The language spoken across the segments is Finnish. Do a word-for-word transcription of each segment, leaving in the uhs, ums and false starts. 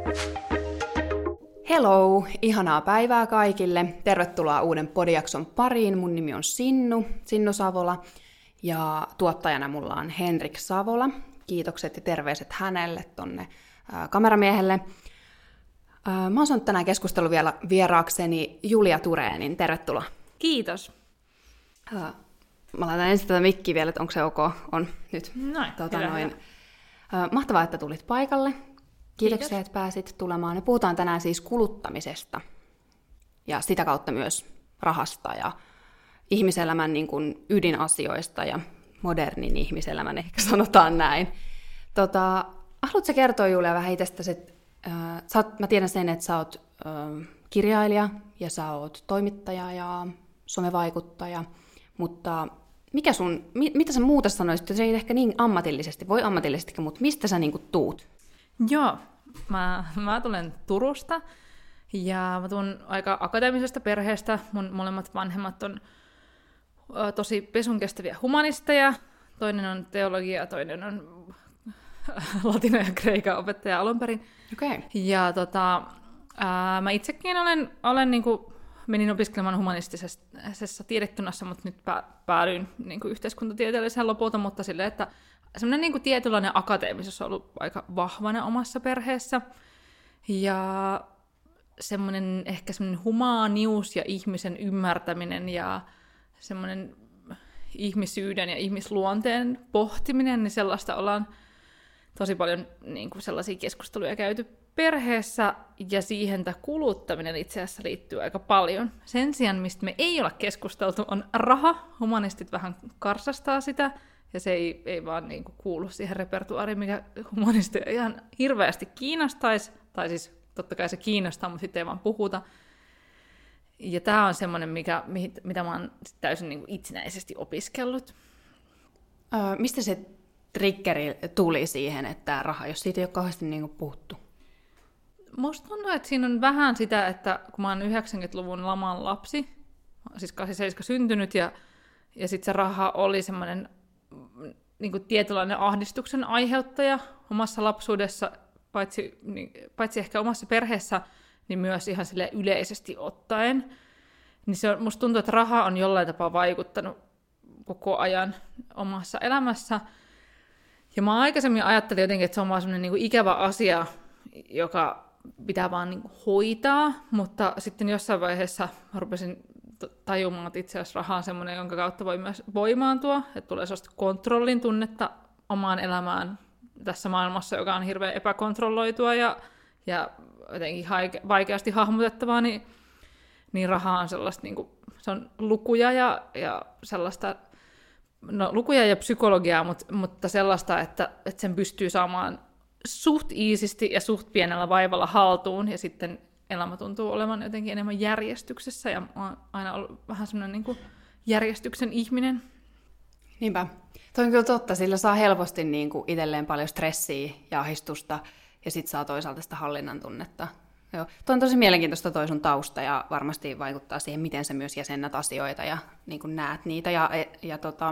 Hello! Ihanaa päivää kaikille. Tervetuloa uuden podijakson pariin. Mun nimi on Sinnu, Sinnu Savola, ja tuottajana mulla on Henrik Savola. Kiitokset ja terveiset hänelle, tonne ää, kameramiehelle. Ää, mä oon saanut tänään keskustelun vielä vieraakseni Julia Thureenin. Tervetuloa. Kiitos. Ää, mä laitan ensin tätä mikkiä vielä, että onko se ok? On nyt. Noin, tota, hyvä, noin. hyvä. Ää, mahtavaa, että tulit paikalle. Kiitoksia, Kiitos. että pääsit tulemaan. Me puhutaan tänään siis kuluttamisesta ja sitä kautta myös rahasta ja ihmiselämän niin kuin ydinasioista ja modernin ihmiselämän, ehkä sanotaan näin. Tota, haluatko kertoa, Julia, vähän itsestäsi, että äh, sä oot, mä tiedän sen, että sä oot äh, kirjailija ja sä oot toimittaja ja somevaikuttaja, mutta mikä sun, mi, mitä sä muuta sanoisit, se ei ehkä niin ammatillisesti, voi ammatillisestikin, mutta mistä sä niin kuin tuut? Joo, mä, mä tulen Turusta ja mä tulen aika akateemisesta perheestä. Mun molemmat vanhemmat on ö, tosi pesunkestäviä humanisteja. Toinen on teologia ja toinen on latina ja kreikan opettaja alun perin. Okay. Ja tota, ää, mä itsekin olen, olen niin kuin, menin opiskelemaan humanistisessa tiedekunnassa, mutta nyt pää, päädyin niin kuin yhteiskuntatieteelliseen lopulta, mutta silleen, että semmoinen niin kuin tietynlainen akateemisuus on ollut aika vahvana omassa perheessä. Ja semmoinen ehkä semmoinen humaanius ja ihmisen ymmärtäminen ja semmoinen ihmisyyden ja ihmisluonteen pohtiminen, niin sellaista ollaan tosi paljon niin kuin sellaisia keskusteluja käyty perheessä, ja siihen tämä kuluttaminen itse asiassa liittyy aika paljon. Sen sijaan, mistä me ei olla keskusteltu, on raha. Humanistit vähän karsastaa sitä, ja se ei, ei vaan niin kuin kuulu siihen repertuaariin, mikä humanisteja ihan hirveästi kiinnostaisi. Tai siis totta kai se kiinnostaa, mutta sitten ei vaan puhuta. Ja tämä on semmoinen, mikä, mitä mä oon täysin niin kuin itsenäisesti opiskellut. Öö, mistä se triggeri tuli siihen, että raha, jos siitä ei ole kauheasti niin kuin puhuttu? Musta tuntuu, että siinä on vähän sitä, että kun mä oon yhdeksänkymmentäluvun laman lapsi, siis kahdeksankymmentäseitsemän syntynyt, ja, ja sitten se raha oli semmoinen niin kuin tietynlainen ahdistuksen aiheuttaja omassa lapsuudessa, paitsi, niin, paitsi ehkä omassa perheessä, niin myös ihan sille yleisesti ottaen. Niin se on, musta tuntuu, että raha on jollain tapaa vaikuttanut koko ajan omassa elämässä. Ja mä aikaisemmin ajattelin jotenkin, että se on vaan semmoinen niin kuin ikävä asia, joka pitää vaan niin kuin hoitaa, mutta sitten jossain vaiheessa rupesin tajumaan, että itse asiassa raha on semmoinen, jonka kautta voi myös voimaantua, että tulee sellaista kontrollin tunnetta omaan elämään tässä maailmassa, joka on hirveän epäkontrolloitua ja, ja jotenkin haike- vaikeasti hahmotettavaa, niin, niin raha on sellaista, niin kuin, se on lukuja ja, ja sellaista, no lukuja ja psykologiaa, mutta, mutta sellaista, että, että sen pystyy saamaan suht iisisti ja suht pienellä vaivalla haltuun, ja sitten elämä tuntuu olevan jotenkin enemmän järjestyksessä, ja mä oon aina ollut vähän semmoinen niin kuin järjestyksen ihminen. Niinpä. Toi on kyllä totta, sillä saa helposti niin kuin itselleen paljon stressiä ja ahdistusta, ja sit saa toisaalta sitä hallinnan tunnetta. Joo. Toi on tosi mielenkiintoista toi sun tausta, ja varmasti vaikuttaa siihen, miten sä myös jäsennät asioita ja niin kuin näet niitä. Ja, ja tota,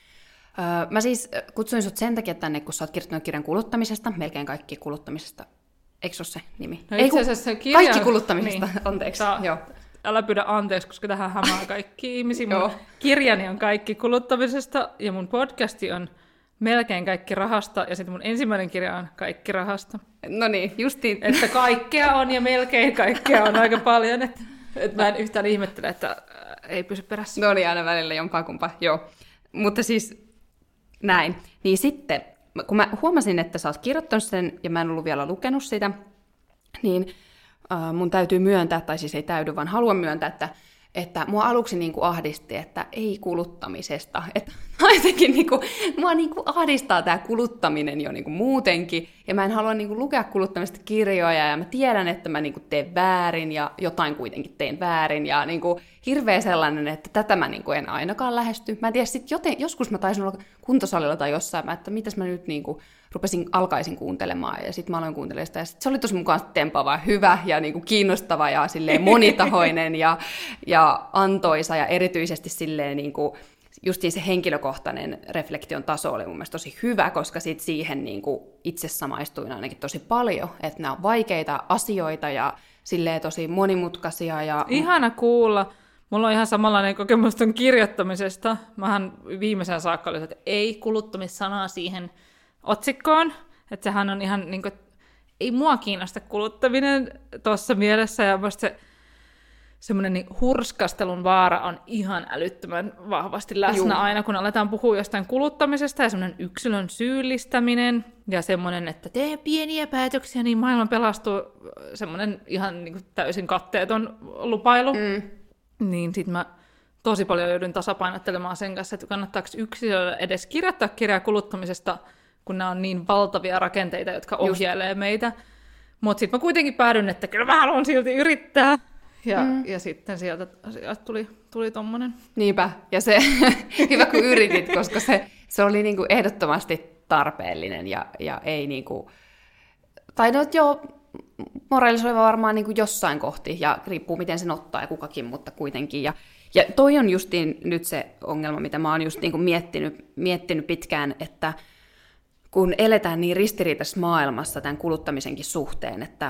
öö, mä siis kutsuin sut sen takia tänne, kun sä oot kirjoittanut kirjan kuluttamisesta, melkein kaikki kuluttamisesta. Eikö se ole se nimi? No Ei, itse asiassa se kirja... Kaikki kuluttamisesta, niin. Anteeksi. Tää... Joo. Älä pyydä anteeksi, koska tähän hämää kaikki ihmisiä. Mun kirjani on kaikki kuluttamisesta, ja mun podcasti on melkein kaikki rahasta, ja sitten mun ensimmäinen kirja on kaikki rahasta. No niin, justiin. Että kaikkea on, ja melkein kaikkea on aika paljon, että, että mä en yhtään ihmettele, että ei pysy perässä. No niin, aina välillä jompaa kumpaa, joo. Mutta siis näin. Niin sitten, kun mä huomasin, että sä oot kirjoittanut sen, ja mä en ollut vielä lukenut sitä, niin uh, mun täytyy myöntää, tai siis ei täydy, vaan haluan myöntää, että, että mua aluksi niin kuin ahdisti, että ei kuluttamisesta. Että jotenkin niin kuin, mua niin kuin ahdistaa tämä kuluttaminen jo niin kuin muutenkin, ja mä en halua niin kuin lukea kuluttamista kirjoja, ja mä tiedän, että mä niin kuin teen väärin, ja jotain kuitenkin teen väärin, ja niin kuin hirveä sellainen, että tätä mä niin kuin en ainakaan lähesty. Mä en tiedä, sit joten, joskus mä taisin olla kuntosalilla tai jossain, että mitäs mä nyt niin kuin rupesin, alkaisin kuuntelemaan, ja sitten mä aloin kuuntelemaan sitä, ja sit se oli tosi mukaan tempaava, hyvä, ja niin kuin kiinnostava, ja silleen monitahoinen, ja, ja antoisa, ja erityisesti silleen niin kuin justiin se henkilökohtainen reflektion taso oli mun mielestä tosi hyvä, koska sit siihen niin kuin itse samaistuin ainakin tosi paljon, että nämä on vaikeita asioita ja silleen tosi monimutkaisia. Ja... Ihana kuulla. Mulla on ihan samanlainen kokemus ton kirjoittamisesta. Mähän viimeisen saakka oli, että ei kuluttamissanaa siihen otsikkoon. Että sehän on ihan niin kuin, ei mua kiinnosta kuluttaminen tuossa mielessä. Ja musta se semmoinen niin hurskastelun vaara on ihan älyttömän vahvasti läsnä Juu. aina, kun aletaan puhua jostain kuluttamisesta ja semmoinen yksilön syyllistäminen ja semmoinen, että tee pieniä päätöksiä, niin maailma pelastuu, semmoinen ihan niin kuin täysin katteeton lupailu. Mm. Niin sit mä tosi paljon joudun tasapainottelemaan sen kanssa, että kannattaako yksilölle edes kirjoittaa kirjaa kuluttamisesta, kun nämä on niin valtavia rakenteita, jotka ohjailee Just. meitä. Mutta sitten mä kuitenkin päädyn, että kyllä mä haluan silti yrittää. Ja, mm. ja sitten sieltä, sieltä tuli, tuli tommonen. Niinpä, ja se hyvä kun yritit, koska se, se oli niinku ehdottomasti tarpeellinen ja, ja ei niinku, tai no joo, moralisoiva varmaan niinku jossain kohti, ja riippuu miten sen ottaa ja kukakin, mutta kuitenkin. Ja, ja toi on justiin nyt se ongelma, mitä mä oon just niinku miettinyt, miettinyt pitkään, että kun eletään niin ristiriitaisessa maailmassa tämän kuluttamisenkin suhteen, että...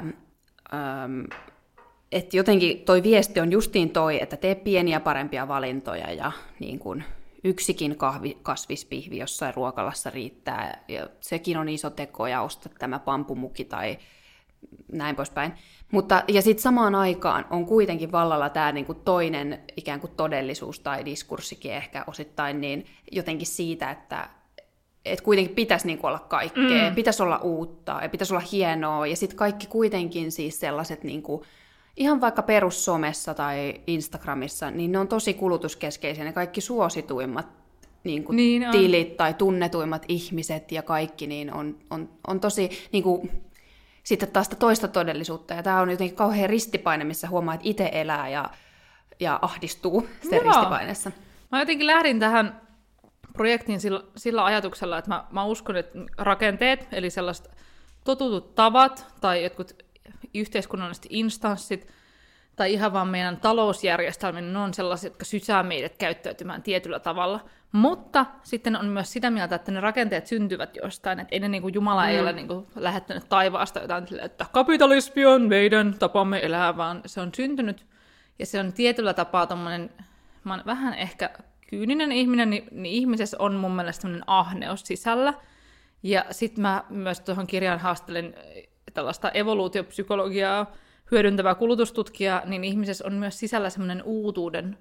Öm, Että jotenkin toi viesti on justiin toi, että tee pieniä parempia valintoja ja niin kun yksikin kahvi, kasvispihvi jossain ruokalassa riittää. Ja sekin on iso teko ja osta tämä pampumuki tai näin poispäin. Mutta, ja sitten samaan aikaan on kuitenkin vallalla tämä niin kuin toinen ikään kuin todellisuus tai diskurssikin ehkä osittain niin jotenkin siitä, että et kuitenkin pitäisi niin kuin olla kaikkea, mm. pitäisi olla uutta ja pitäisi olla hienoa. Ja sitten kaikki kuitenkin siis sellaiset... Niin kuin ihan vaikka perussomessa tai Instagramissa, niin ne on tosi kulutuskeskeisiä, ne kaikki suosituimmat niin kuin niin tilit tai tunnetuimmat ihmiset ja kaikki, niin on, on, on tosi niin kuin, sitten taas toista todellisuutta. Ja tämä on jotenkin kauhean ristipaine, missä huomaa, että itse elää ja, ja ahdistuu sen Joo. ristipaineessa. Mä jotenkin lähdin tähän projektiin sillä, sillä ajatuksella, että mä, mä uskon, että rakenteet, eli sellaiset totutut tavat tai jotkut yhteiskunnalliset instanssit tai ihan vaan meidän talousjärjestelmä, ne on sellaisia, jotka sysää meidät käyttäytymään tietyllä tavalla. Mutta sitten on myös sitä mieltä, että ne rakenteet syntyvät jostain, että ei ne, niin kuin Jumala mm. ei ole niin kuin lähettänyt taivaasta jotain, että kapitalismi on meidän tapamme elää, vaan se on syntynyt ja se on tietyllä tapaa tommoinen, mä oon vähän ehkä kyyninen ihminen, niin, niin ihmisessä on mun mielestä tämmöinen ahneus sisällä. Ja sitten mä myös tuohon kirjaan haastelin tällaista evoluutiopsykologiaa hyödyntävää kulutustutkijaa, niin ihmisessä on myös sisällä semmoinen uutuuden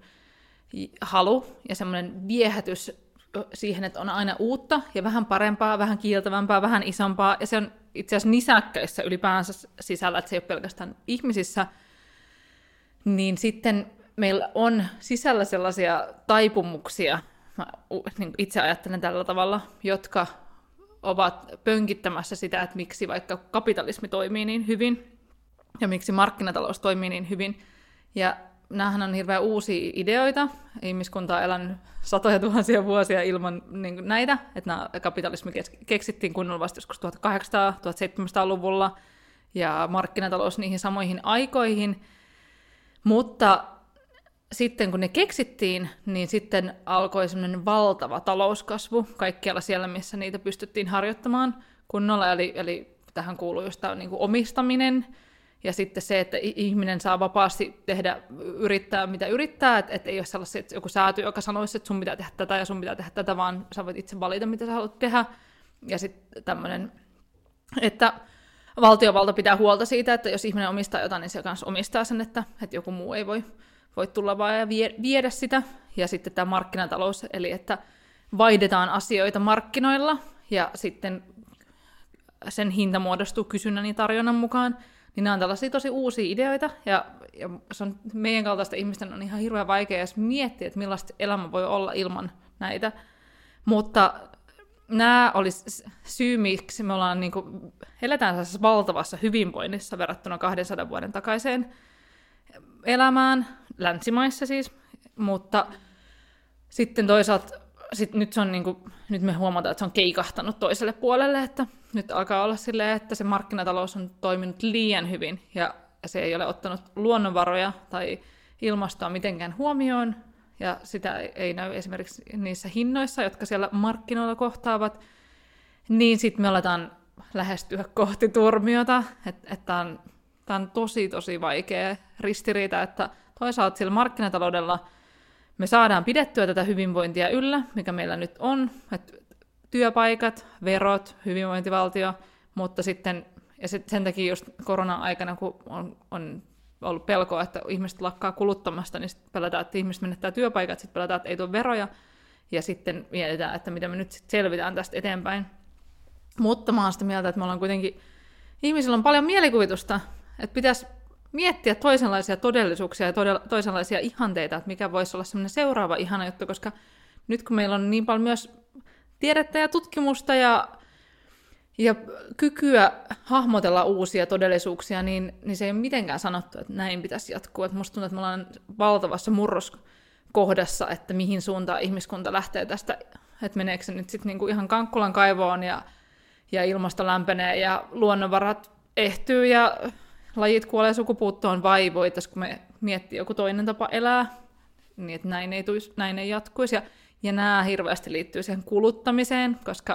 halu ja semmoinen viehätys siihen, että on aina uutta ja vähän parempaa, vähän kieltävämpää, vähän isompaa. Ja se on itse asiassa nisäkkäissä ylipäänsä sisällä, että se ei ole pelkästään ihmisissä. Niin sitten meillä on sisällä sellaisia taipumuksia, mä itse ajattelen tällä tavalla, jotka ovat pönkittämässä sitä, että miksi vaikka kapitalismi toimii niin hyvin ja miksi markkinatalous toimii niin hyvin. Ja näähän on hirveän uusia ideoita. Ihmiskunta on elänyt satoja tuhansia vuosia ilman niin näitä, että nämä kapitalismi keksittiin kunnolla vasta joskus tuhatkahdeksansataa-tuhatseitsemänsataa-luvulla ja markkinatalous niihin samoihin aikoihin. Mutta sitten kun ne keksittiin, niin sitten alkoi semmoinen valtava talouskasvu kaikkialla siellä, missä niitä pystyttiin harjoittamaan kunnolla. Eli, eli tähän kuuluu just tämä niin kuin omistaminen ja sitten se, että ihminen saa vapaasti tehdä, yrittää mitä yrittää, että et ei ole sellaisia, että joku sääty, joka sanoisi, että sun pitää tehdä tätä ja sun pitää tehdä tätä, vaan sä voit itse valita, mitä sä haluat tehdä. Ja sitten tämmöinen, että valtiovalta pitää huolta siitä, että jos ihminen omistaa jotain, niin se kanssa omistaa sen, että, että joku muu ei voi voi tulla vaan ja viedä sitä. Ja sitten tämä markkinatalous, eli että vaihdetaan asioita markkinoilla, ja sitten sen hinta muodostuu kysynnän ja tarjonnan mukaan. Niin nämä on tällaisia tosi uusia ideoita, ja, ja se on, meidän kaltaista ihmisten on ihan hirveän vaikea edes miettiä, että millaista elämä voi olla ilman näitä. Mutta nämä olisi syy, miksi me ollaan, niin kuin, eletään sellaisessa valtavassa hyvinvoinnissa verrattuna kahdensadan vuoden takaiseen elämään, länsimaissa siis, mutta sitten toisaalta sit nyt, se on niinku, nyt me huomataan, että se on keikahtanut toiselle puolelle, että nyt alkaa olla silleen, että se markkinatalous on toiminut liian hyvin ja se ei ole ottanut luonnonvaroja tai ilmastoa mitenkään huomioon ja sitä ei näy esimerkiksi niissä hinnoissa, jotka siellä markkinoilla kohtaavat, niin sitten me aletaan lähestyä kohti turmiota, että et tämä on, on tosi tosi vaikea ristiriita, että toisaalta sillä markkinataloudella me saadaan pidettyä tätä hyvinvointia yllä, mikä meillä nyt on, että työpaikat, verot, hyvinvointivaltio, mutta sitten, ja sit sen takia just korona-aikana, kun on, on ollut pelkoa, että ihmiset lakkaa kuluttamasta, niin sitten pelätään, että ihmiset menettää työpaikat, sitten pelätään, että ei tule veroja, ja sitten mietitään, että miten me nyt sit selvitään tästä eteenpäin. Mutta mä oon sitä mieltä, että me ollaan kuitenkin, ihmisillä on paljon mielikuvitusta, että pitäisi miettiä toisenlaisia todellisuuksia ja todella, toisenlaisia ihanteita, että mikä voisi olla semmoinen seuraava ihana juttu, koska nyt kun meillä on niin paljon myös tiedettä ja tutkimusta ja, ja kykyä hahmotella uusia todellisuuksia, niin, niin se ei ole mitenkään sanottu, että näin pitäisi jatkuu. Että musta tuntuu, että me ollaan valtavassa murroskohdassa, että mihin suuntaan ihmiskunta lähtee tästä, että meneekö se nyt sitten niinku ihan Kankkulan kaivoon ja, ja ilmasto lämpenee ja luonnonvarat ehtyy ja lajit kuolee sukupuuttoon, vai voitaisiinko me miettiä joku toinen tapa elää, niin että näin ei, tuisi, näin ei jatkuisi. Ja, ja nämä hirveästi liittyy siihen kuluttamiseen, koska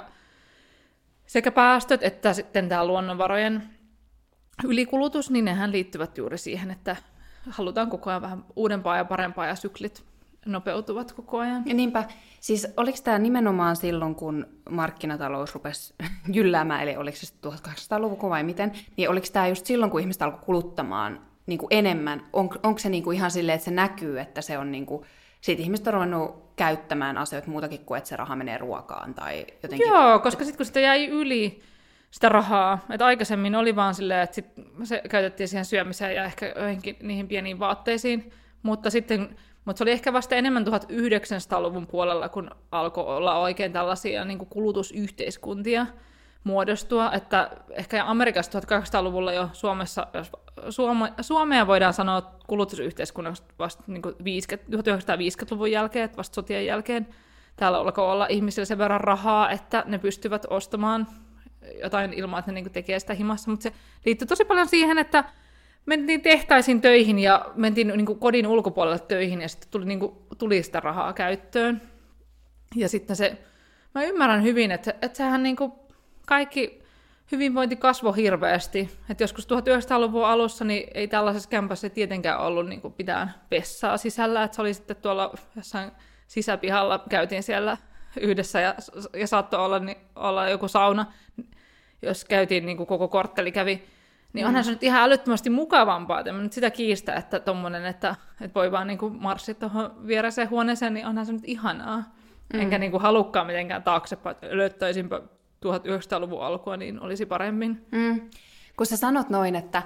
sekä päästöt että sitten tämä luonnonvarojen ylikulutus, niin nehän liittyvät juuri siihen, että halutaan koko ajan vähän uudempaa ja parempaa, ja syklit nopeutuvat koko ajan. Ja niinpä, siis oliko tämä nimenomaan silloin, kun markkinatalous rupesi jylläämään, eli oliko se tuhatkahdeksansataaluvun vai miten, niin oliko tämä just silloin, kun ihmiset alkoi kuluttamaan niin kuin enemmän? On, onko se niin kuin ihan silleen, että se näkyy, että se on niin kuin, siitä ihmiset on ruvennut käyttämään asioita muutakin kuin, että se raha menee ruokaan tai jotenkin? Joo, koska sitten kun sitä jäi yli sitä rahaa, että aikaisemmin oli vaan silleen, että sit se käytettiin siihen syömiseen ja ehkä joihinkin niihin pieniin vaatteisiin, mutta sitten Mutta se oli ehkä vasta enemmän tuhatyhdeksänsataaluvun puolella, kun alkoi olla oikein tällaisia niin kuin kulutusyhteiskuntia muodostua. Että ehkä Amerikassa tuhatkahdeksansataaluvulla jo Suomessa, jos Suome, Suomea voidaan sanoa kulutusyhteiskunnaksi vasta niin kuin tuhatyhdeksänsataaviisikymmentäluvun jälkeen, että vasta sotien jälkeen. Täällä alkoi olla ihmisillä sen verran rahaa, että ne pystyvät ostamaan jotain ilman, että ne niin kuin tekee sitä himassa. Mutta se liittyy tosi paljon siihen, että mentiin tehtaisiin töihin ja mentiin niin kuin kodin ulkopuolelle töihin ja sitten tuli, niin kuin, tuli sitä rahaa käyttöön. Ja sitten se, mä ymmärrän hyvin, että, että sehän niin kuin kaikki hyvinvointi kasvoi hirveästi. Että joskus tuhatyhdeksänsataaluvun alussa niin ei tällaisessa kämpässä tietenkään ollut niin kuin pitää vessaa sisällä. Että se oli sitten tuolla jossain sisäpihalla, käytiin siellä yhdessä ja, ja saattoi olla, niin, olla joku sauna, jos käytiin niin kuin koko kortteli kävi. Niin onhan se nyt ihan älyttömästi mukavampaa, että nyt sitä kiistä, että tommonen, että, että voi vaan niinku marssia tuohon viereiseen huoneeseen, niin onhan se nyt ihanaa. Mm. Enkä niinku halukkaan mitenkään taaksepäin, että löytäisinpä tuhatyhdeksänsataaluvun alkua, niin olisi paremmin. Mm. Kun sä sanot noin, että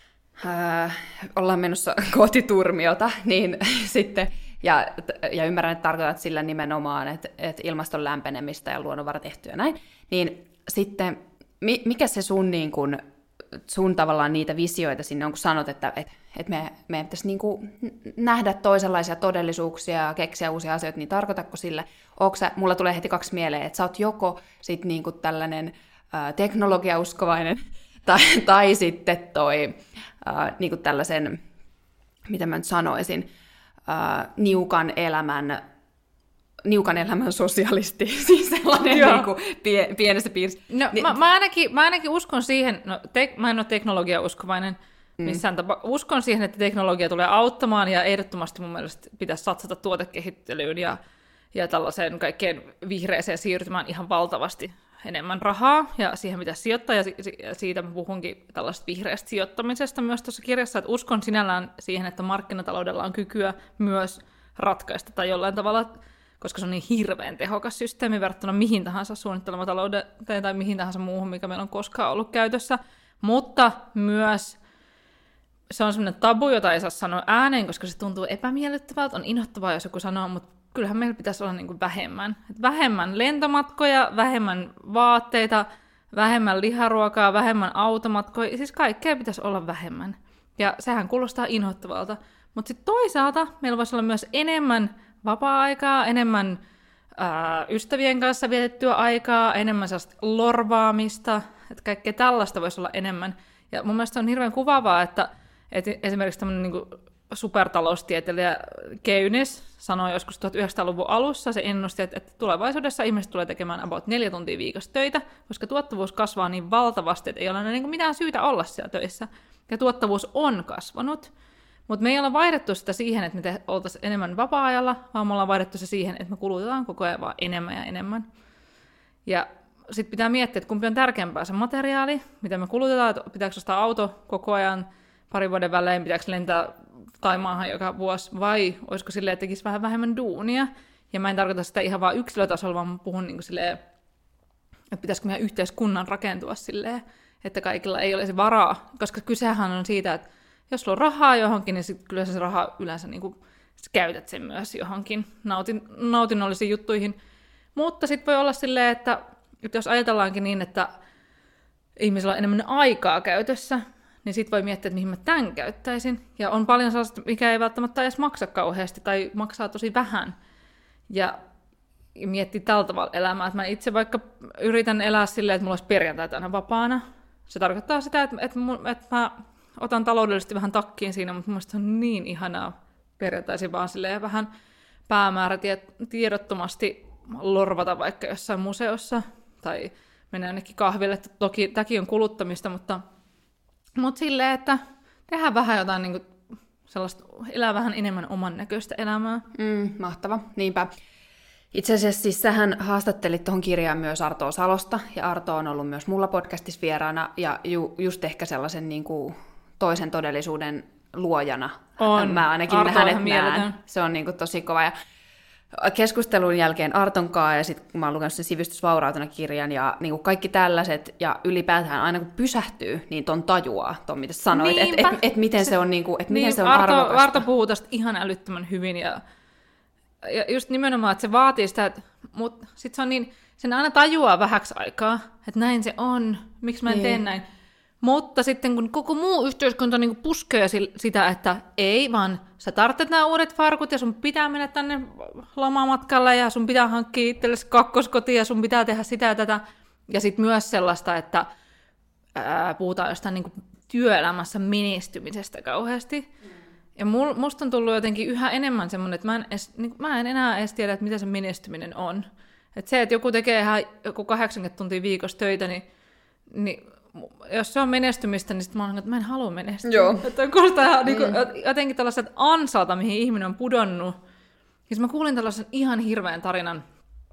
äh, ollaan menossa kohti turmiota, niin sitten, ja, ja ymmärrän, että tarkoitat sillä nimenomaan, että, että ilmaston lämpenemistä ja luonnonvarat ehtyy ja näin, niin sitten mikä se sun niin kun, sun tavallaan niitä visioita sinne on, kun sanot, että et, et me, meidän pitäisi niinku nähdä toisenlaisia todellisuuksia ja keksiä uusia asioita, niin tarkoitatko sille, sä, mulla tulee heti kaksi mieleen, että sä oot joko sit niinku tällainen ä, teknologiauskovainen, tai, tai sitten toi ä, niinku tällaisen, mitä mä nyt sanoisin, ä, niukan elämän niukan elämän sosialisti, siis sellainen niin kuin pie, pienessä piirissä. No, niin, mä, mä, ainakin, mä ainakin uskon siihen, no te, mä en ole teknologiauskovainen missään mm. tapa, uskon siihen, että teknologia tulee auttamaan, ja ehdottomasti mun mielestä pitäisi satsata tuotekehittelyyn ja, ja tällaiseen kaikkeen vihreäseen siirtymään ihan valtavasti enemmän rahaa, ja siihen pitäisi sijoittaa, ja, si- ja siitä mä puhunkin tällaista vihreästä sijoittamisesta myös tuossa kirjassa, että uskon sinällään siihen, että markkinataloudella on kykyä myös ratkaista tai jollain tavalla, koska se on niin hirveän tehokas systeemi verrattuna mihin tahansa suunnittelumatalouteen tai mihin tahansa muuhun, mikä meillä on koskaan ollut käytössä. Mutta myös se on sellainen tabu, jota ei saa sanoa ääneen, koska se tuntuu epämiellyttävältä, on inhottavaa, jos joku sanoo, mutta kyllähän meillä pitäisi olla niin kuin vähemmän. Et vähemmän lentomatkoja, vähemmän vaatteita, vähemmän liharuokaa, vähemmän automatkoja, siis kaikkea pitäisi olla vähemmän. Ja sehän kuulostaa inhottavalta. Mutta sitten toisaalta meillä voisi olla myös enemmän vapaa-aikaa, enemmän ää, ystävien kanssa vietettyä aikaa, enemmän sellaista lorvaamista, että kaikkea tällaista voisi olla enemmän. Ja mun mielestä on hirveän kuvaavaa, että, että esimerkiksi tämmöinen niin kuin supertaloustieteilijä Keynes sanoi joskus tuhatyhdeksänsataaluvun alussa, se ennusti, että tulevaisuudessa ihmiset tulee tekemään about neljä tuntia viikossa töitä, koska tuottavuus kasvaa niin valtavasti, että ei ole niin kuin mitään syytä olla siellä töissä. Ja tuottavuus on kasvanut, mutta me ei olla vaihdettu sitä siihen, että me te- oltaisiin enemmän vapaa-ajalla, vaan me ollaan vaihdettu se siihen, että me kulutetaan koko ajan vaan enemmän ja enemmän. Ja sitten pitää miettiä, että kumpi on tärkeämpää, se materiaali, mitä me kulutetaan, että pitääkö ostaa auto koko ajan parin vuoden välein, pitääkö lentää Taimaahan joka vuosi, vai olisiko silleen, että tekisi vähän vähemmän duunia. Ja mä en tarkoita sitä ihan vaan yksilötasolla, vaan mä puhun niin kuin silleen, että pitäisikö meidän yhteiskunnan rakentua silleen, että kaikilla ei olisi varaa. Koska kysehän on siitä, että jos sulla on rahaa johonkin, niin sit kyllä se raha yleensä niin kuin, käytät sen myös johonkin nautin, nautinnollisiin juttuihin. Mutta sitten voi olla silleen, että, että jos ajatellaankin niin, että ihmisillä on enemmän aikaa käytössä, niin sitten voi miettiä, että mihin mä tämän käyttäisin. Ja on paljon sellaista, mikä ei välttämättä edes maksa kauheasti tai maksaa tosi vähän. Ja miettii tällä tavalla elämää. Että mä itse vaikka yritän elää silleen, että mulla olisi perjantaita aina vapaana. Se tarkoittaa sitä, että, että, mun, että mä otan taloudellisesti vähän takkiin siinä, mutta mun mielestä se on niin ihanaa perjantaisin vaan silleen vähän päämäärätiedottomasti lorvata vaikka jossain museossa tai mennä jonnekin kahville. Toki tämäkin on kuluttamista, mutta Mutta silleen, että tehdään vähän jotain niin kuin sellaista, elää vähän enemmän oman näköistä elämää. Mm, mahtava, niinpä. Itse asiassa siis sähän haastattelit tuohon kirjaan myös Arto Salosta, ja Arto on ollut myös mulla podcastissa vieraana, ja ju, just ehkä sellaisen niin kuin toisen todellisuuden luojana. On. Mä ainakin Arto hänet näen. Se on niin kuin tosi kova. Ja keskustelun jälkeen Arton kanssa, ja sitten kun mä oon lukenut sen Sivistysvaurautena kirjan, ja niin kuin kaikki tällaiset, ja ylipäätään aina kun pysähtyy, niin ton tajuaa, ton mitä sanoit, että et, et miten se, se on, niin kuin, et niin, miten se on Arto, arvokasta. Arto puhuu tästä ihan älyttömän hyvin, ja, ja just nimenomaan, että se vaatii sitä, että, mutta sitten se on niin, sen aina tajuaa vähäksi aikaa, että näin se on, miksi mä en niin. tee näin. Mutta sitten kun koko muu yhteiskunta niin kuin puskee sitä, että ei, vaan sä tarvitset nämä uudet farkut ja sun pitää mennä tänne lomamatkalle ja sun pitää hankkia itsellesi kakkoskoti ja sun pitää tehdä sitä ja tätä. Ja sitten myös sellaista, että ää, puhutaan jostain niin kuin työelämässä menestymisestä kauheasti. Mm. Ja mul, musta on tullut jotenkin yhä enemmän semmoinen, että mä en, edes, niin, mä en enää edes tiedä, että mitä se menestyminen on. Että se, että joku tekee ihan joku kahdeksankymmentä tuntia viikossa töitä, niin, niin jos se on menestymistä, niin sitten mä olen, että mä en halua menestyä. Joo. Että kuulostaa mm. niin kuin, jotenkin tällaiset ansalta, mihin ihminen on pudonnut. Ja mä kuulin tällaisen ihan hirveän tarinan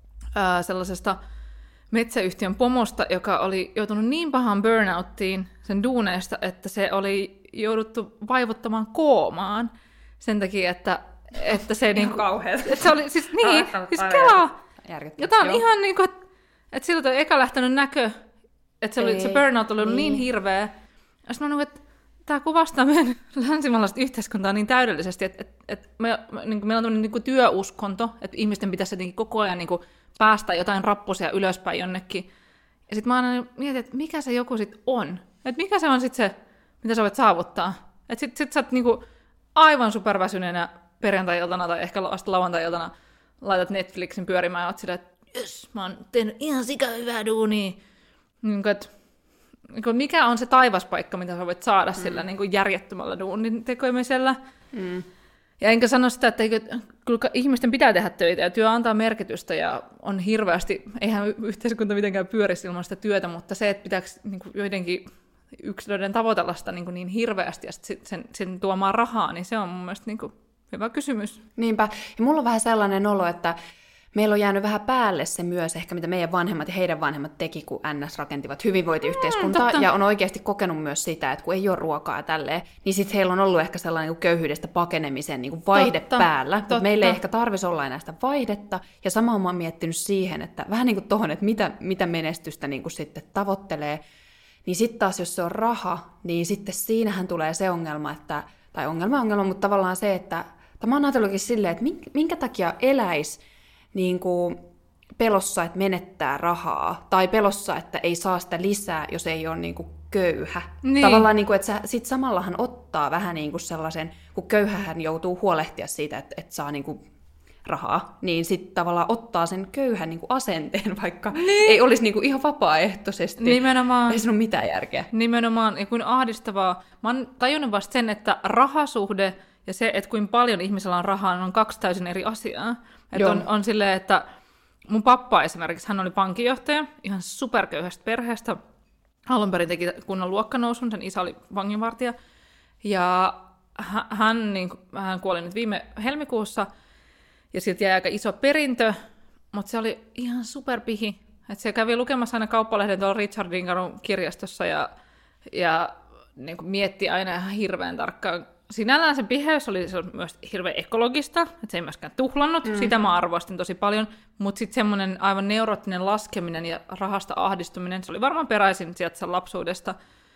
ää, sellaisesta metsäyhtiön pomosta, joka oli joutunut niin pahaan burnouttiin sen duuneista, että se oli jouduttu vaivuttamaan koomaan sen takia, että, että se... niin kuin, kauheasti. Että se oli siis niin, siis kelaa. Ja tää on Joo. ihan niin kuin, että, että siltä on eka lähtenyt näkö, että se, oli, se burnout oli ollut niin, niin hirveä. Ja sitten mä olen, että tämä kuvastaa meidän länsimaalaista yhteiskuntaa niin täydellisesti, että, että, että me, niin kuin, meillä on tämmöinen niin kuin työuskonto, että ihmisten pitäisi jotenkin koko ajan niin kuin päästä jotain rappusia ylöspäin jonnekin. Ja sitten mä aina mietin, että mikä se joku sitten on. Että mikä se on sitten se, mitä sä voit saavuttaa. Että sitten sit sä oot niin kuin aivan superväsyneenä perjantai-iltana tai ehkä vasta lauantai-iltana laitat Netflixin pyörimään ja oot silleen, että jes, mä oon tehnyt ihan sika hyvää duunia. Niin kuin, että, niin kuin, mikä on se taivaspaikka, mitä sä voit saada mm. sillä niin kuin järjettömällä duunin tekemisellä. Mm. Ja enkä sano sitä, että eikö, kyllä ihmisten pitää tehdä töitä ja työ antaa merkitystä ja on hirveästi, eihän yhteiskunta mitenkään pyörisi ilman sitä työtä, mutta se, että pitääkö niin kuin joidenkin yksilöiden tavoitella sitä niin, kuin niin hirveästi ja sen, sen, sen tuomaan rahaa, niin se on mun mielestä niin kuin hyvä kysymys. Niinpä. Ja mulla on vähän sellainen olo, että meillä on jäänyt vähän päälle se myös ehkä, mitä meidän vanhemmat ja heidän vanhemmat teki, kun N S rakentivat hyvinvointiyhteiskuntaa, mm, ja on oikeasti kokenut myös sitä, että kun ei ole ruokaa ja tälleen, niin sitten heillä on ollut ehkä sellainen niin köyhyydestä pakenemisen niin vaihde totta, päällä, totta. Mutta meillä ei ehkä tarvitsisi olla enää sitä vaihdetta, ja samaan mä oon miettinyt siihen, että vähän niin kuin tohon, että mitä, mitä menestystä niin kuin sitten tavoittelee, niin sitten taas jos se on raha, niin sitten siinähän tulee se ongelma, että, tai ongelma ongelma, mutta tavallaan se, että, tai mä oon ajatellutkin silleen, että minkä, minkä takia eläisi niin kuin pelossa, että menettää rahaa, tai pelossa, että ei saa sitä lisää, jos ei ole niin kuin köyhä. Niin. Tavallaan, niin kuin, että sit samallahan ottaa vähän niin kuin sellaisen, kun köyhähän joutuu huolehtia siitä, että, että saa niin kuin rahaa, niin sitten tavallaan ottaa sen köyhän niin kuin asenteen, vaikka niin. ei olisi niin kuin ihan vapaaehtoisesti. Nimenomaan. Ei siinä ole mitään järkeä. Nimenomaan, ja kuin ahdistavaa. Mä oon tajunnut vasta sen, että rahasuhde ja se, että kuinka paljon ihmisellä on rahaa, on kaksi täysin eri asiaa. Että on, on silleen, että mun pappa esimerkiksi, hän oli pankinjohtaja, ihan superköyhästä perheestä. Alun perin teki kunnon luokkanousun, sen isä oli vanginvartija. Ja hän, niin, hän kuoli nyt viime helmikuussa, ja siltä jäi aika iso perintö, mutta se oli ihan superpihi. Että se kävi lukemassa aina kauppalehden tuolla Richardin kadun kirjastossa, ja, ja niin kuin mietti aina ihan hirveän tarkkaan. Sinällään se piheys oli, se oli myös hirveän ekologista, että se ei myöskään tuhlannut, mm. sitä mä arvostin tosi paljon, mutta sitten semmoinen aivan neuroottinen laskeminen ja rahasta ahdistuminen, se oli varmaan peräisin sieltä sen lapsuudesta.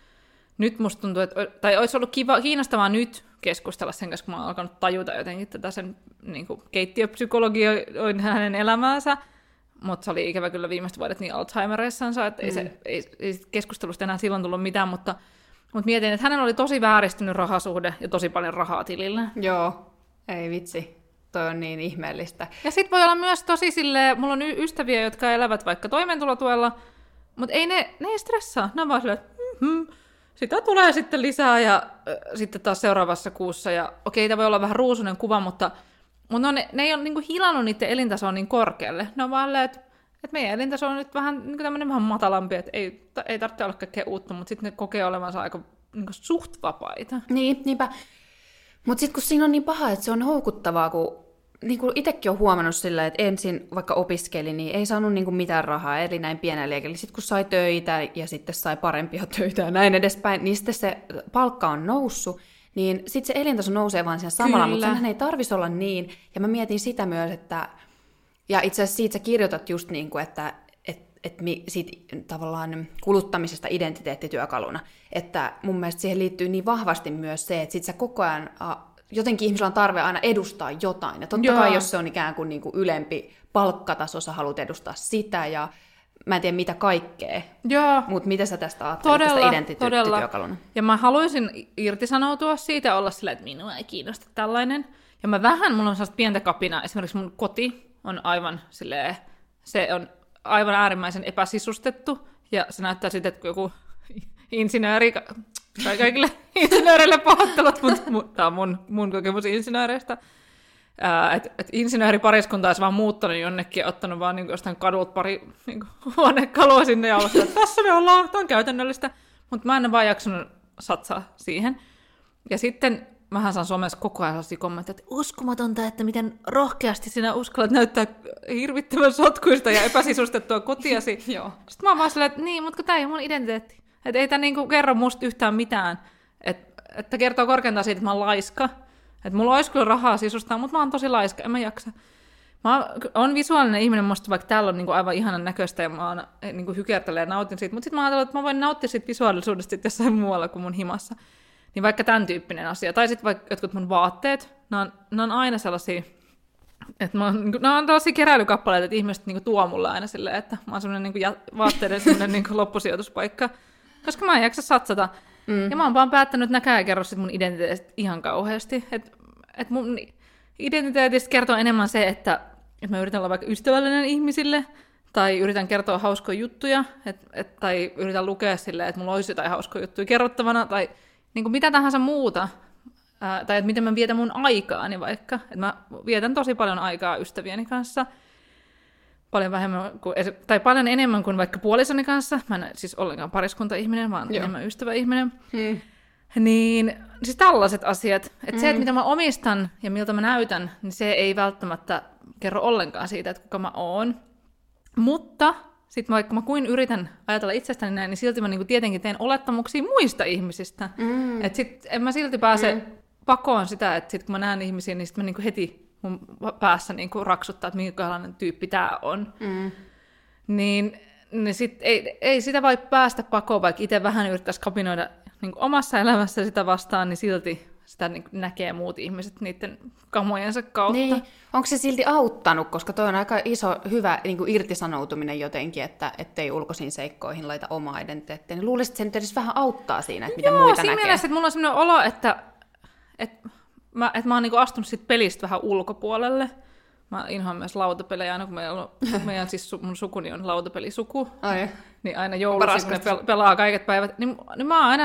Nyt musta tuntuu, että, tai olisi ollut kiva, kiinnostavaa nyt keskustella sen kanssa, kun mä oon alkanut tajuta jotenkin tätä sen niin kuin keittiöpsykologioin hänen elämäänsä, mutta se oli ikävä kyllä viimeiset vuodet niin Alzheimerissansa, että mm. ei, se, ei, ei keskustelusta enää silloin tullut mitään, mutta Mutta mietin, että hänellä oli tosi vääristynyt rahasuhde ja tosi paljon rahaa tilillä. Joo, ei vitsi. Toi on niin ihmeellistä. Ja sit voi olla myös tosi silleen, mulla on y- ystäviä, jotka elävät vaikka toimeentulotuella, mutta ei ne, ne ei stressaa. Ne on vaan silleen, että mm-hmm, sitä tulee sitten lisää ja äh, sitten taas seuraavassa kuussa. Ja okei, tämä voi olla vähän ruusunen kuva, mutta, mutta no, ne, ne ei ole niinku hilannut niiden elintasoa niin korkealle. Ne on vaan silleen, että että meidän elintaso on nyt vähän niin tämmöinen vähän matalampi, että ei, ei tarvitse olla kaikkea uutta, mutta sitten ne kokee olevansa aika niin suht vapaita. Niin, niinpä. Mutta sitten kun siinä on niin paha, että se on houkuttavaa, kun niin kuin itsekin on huomannut sillä, että ensin vaikka opiskeli, niin ei saanut niin kuin mitään rahaa, eli näin pienellä liekellä. Sitten kun sai töitä ja sitten sai parempia töitä ja näin edespäin, niin sitten se palkka on noussut, niin sitten se elintaso nousee vaan siinä samalla, mutta senhän ei tarvitsisi olla niin. Ja mä mietin sitä myös, että ja itse asiassa siitä sä kirjoitat just niin kuin, että et, et siitä tavallaan kuluttamisesta identiteettityökaluna, että mun mielestä siihen liittyy niin vahvasti myös se, että sit sä koko ajan, jotenkin ihmisellä on tarve aina edustaa jotain, ja totta Joo. kai jos se on ikään kuin, niin kuin ylempi palkkataso, sä haluat edustaa sitä, ja mä en tiedä mitä kaikkea, mutta mitä sä tästä ajattelet todella, tästä identiteettityökaluna? Ja mä haluaisin irtisanoutua siitä ja olla silleen, että minua ei kiinnosta tällainen, ja mä vähän, mulla on sellaista pientä kapinaa, esimerkiksi mun koti, on aivan silleen, se on aivan äärimmäisen epäsisustettu, ja se näyttää siltä, että joku insinööri, tai kaikille insinööreille pahoittelut, mutta tämä on mun, mun kokemus insinööreistä, että et insinööripariskunta olisi vaan muuttanut jonnekin ja ottanut vaan niin jostain kadulta pari niin huonekalua sinne ja ollut, että tässä me ollaan, tämä on käytännöllistä, mutta mä en ole vaan jaksanut satsaa siihen. Ja sitten mähän saan somessa koko ajan sellaisia kommentteja, että uskomatonta, että miten rohkeasti sinä uskallat näyttää hirvittävän sotkuista ja epäsisustettua kotiasi. Joo. Sitten mä oon vaan silleen, että niin, mutta tämä ei ole mun identiteetti. Että ei tämä niinku kerro musta yhtään mitään. Että, että kertoo korkeintaan siitä, että mä oon laiska. Että mulla olisi kyllä rahaa sisustaa, mutta mä oon tosi laiska, en mä jaksa. Mä oon visuaalinen ihminen, musta vaikka täällä on niinku aivan ihanan näköistä ja mä oon niinku hykertelen ja nautin siitä. Mutta sitten mä ajattelin, että mä voin nauttia siitä visuaalisuudesta jossain muualla kuin mun himassa. Niin vaikka tämän tyyppinen asia. Tai sitten vaikka jotkut mun vaatteet, ne on, ne on aina sellaisia, että mä oon, ne on tällaisia keräilykappaleita, että ihmiset niinku tuo mulle aina silleen, että mä oon semmoinen niinku vaatteiden semmoinen niinku loppusijoituspaikka. Koska mä en jaksa satsata. Mm. Ja mä oon vaan päättänyt, että näkään ei kerro sit mun identiteetistä ihan kauheasti. Että et mun identiteetistä kertoo enemmän se, että, että mä yritän olla vaikka ystävällinen ihmisille, tai yritän kertoa hauskoja juttuja, et, et, tai yritän lukea silleen, että mulla olisi jotain hauskoja juttuja kerrottavana, tai niin kuin mitä tahansa muuta, ää, tai että miten mä vietän mun aikaani vaikka. Että mä vietän tosi paljon aikaa ystävieni kanssa, paljon vähemmän kuin, tai paljon enemmän kuin vaikka puolisoni kanssa. Mä en siis ollenkaan pariskunta-ihminen, vaan Joo. enemmän ystävä-ihminen. Hmm. Niin siis tällaiset asiat. Että hmm. se, että mitä mä omistan ja miltä mä näytän, niin se ei välttämättä kerro ollenkaan siitä, että kuka mä oon. Mutta sitten vaikka mä kuin yritän ajatella itsestäni näin, niin silti mä niinku tietenkin teen olettamuksia muista ihmisistä. Mm. Että sit en mä silti pääse mm. pakoon sitä, että sit kun mä näen ihmisiä, niin sit mä niinku heti mun päässä niinku raksuttaa, että minkälainen tyyppi tää on. Mm. Niin, niin sit ei, ei sitä voi päästä pakoon, vaikka itse vähän yrittäisi kapinoida niinku omassa elämässä sitä vastaan, niin silti sitä niin näkee muut ihmiset niiden kamojensa kautta. Niin. Onko se silti auttanut, koska toi on aika iso, hyvä niin kuin irtisanoutuminen jotenkin, että ettei ulkoisiin seikkoihin laita omaa identiteettiä. Niin luulisit, että se nyt edes vähän auttaa siinä, että mitä Joo, muita näkee? Joo, siinä mielessä, että mulla on sellainen olo, että, että mä, että mä oon niin kuin astunut sit pelistä vähän ulkopuolelle. Mä inhoan myös lautapelejä, aina kun meillä on, meidän siis mun sukuni on lautapelisuku, Ai. niin aina joulusi, kun ne pelaa kaiket päivät, niin, niin mä oon aina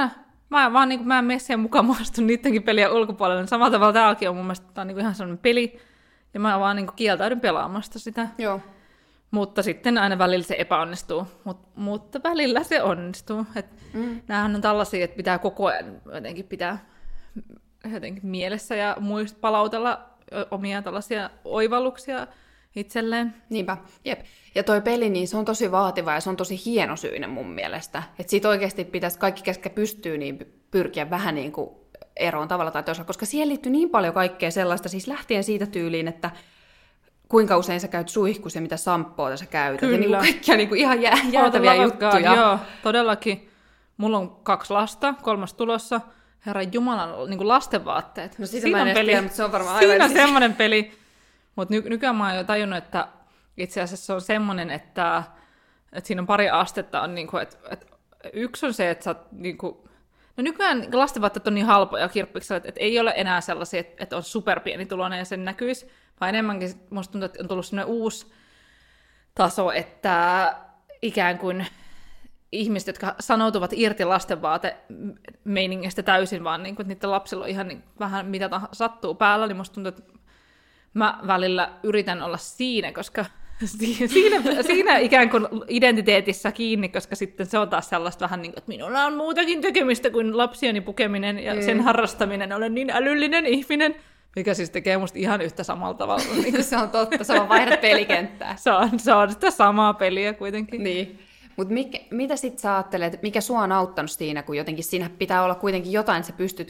mä vaan niin kuin, mä en mene siihen mukaan, mä astun niidenkin pelien ulkopuolelle. Samalla tavalla tämäkin on mun mielestä tää on niin kuin ihan sellainen peli, ja mä vaan niin kuin kieltäydyn pelaamasta sitä. Joo. Mutta sitten aina välillä se epäonnistuu, Mut, mutta välillä se onnistuu. Et mm. Nämähän on tällaisia, että pitää koko ajan jotenkin pitää jotenkin mielessä ja muist palautella omia tällaisia oivalluksia itselleen. Niinpä, jep. Ja toi peli, niin se on tosi vaativa ja se on tosi hienosyinen mun mielestä. Että siitä oikeasti pitäisi kaikki, ketkä pystyy, niin pyrkiä vähän niin kuin eroon tavalla tai toisella, koska siihen liittyy niin paljon kaikkea sellaista, siis lähtien siitä tyyliin, että kuinka usein sä käyt suihkussa ja mitä samppoota sä käytät. Kyllä. Ja niin kuin kaikkia niin kuin ihan jää, jäätäviä juttuja. Joo, todellakin. Mulla on kaksi lasta, kolmas tulossa. Herran Jumalan niin kuin lastenvaatteet. No siitä mä en peli, tiedä, mutta se on varmaan aivan... Siinä on semmoinen peli. Mutta ny- nykyään mä oon jo tajunnut, että itse asiassa se on semmoinen, että, että siinä on pari astetta. On niin kuin, että, että yksi on se, että sä oot... Niin kuin, no nykyään lastenvaatteet on niin halpoja kirppiksellä, että, että ei ole enää sellaisia, että, että on superpienituloinen ja sen näkyisi. Vaan enemmänkin musta tuntuu, että on tullut semmoinen uusi taso, että ikään kuin ihmiset, jotka sanoutuvat irti lastenvaatemeiningistä täysin, vaan niin kuin, että niiden lapsilla on ihan niin, vähän mitä tahansa sattuu päällä, niin musta tuntuu, että mä välillä yritän olla siinä, koska siinä, siinä ikään kuin identiteetissä kiinni, koska sitten se on taas sellaista vähän niin kuin, että minulla on muutakin tekemistä kuin lapsieni pukeminen ja mm. sen harrastaminen, olen niin älyllinen ihminen. Mikä siis tekee musta ihan yhtä samalla tavalla. Niin se on totta, sä vaan vaihdat pelikenttää. se, on, se on sitä samaa peliä kuitenkin. Niin. Mutta mitä sit sä ajattelet, mikä sua on auttanut siinä, kun jotenkin siinä pitää olla kuitenkin jotain, että sä pystyt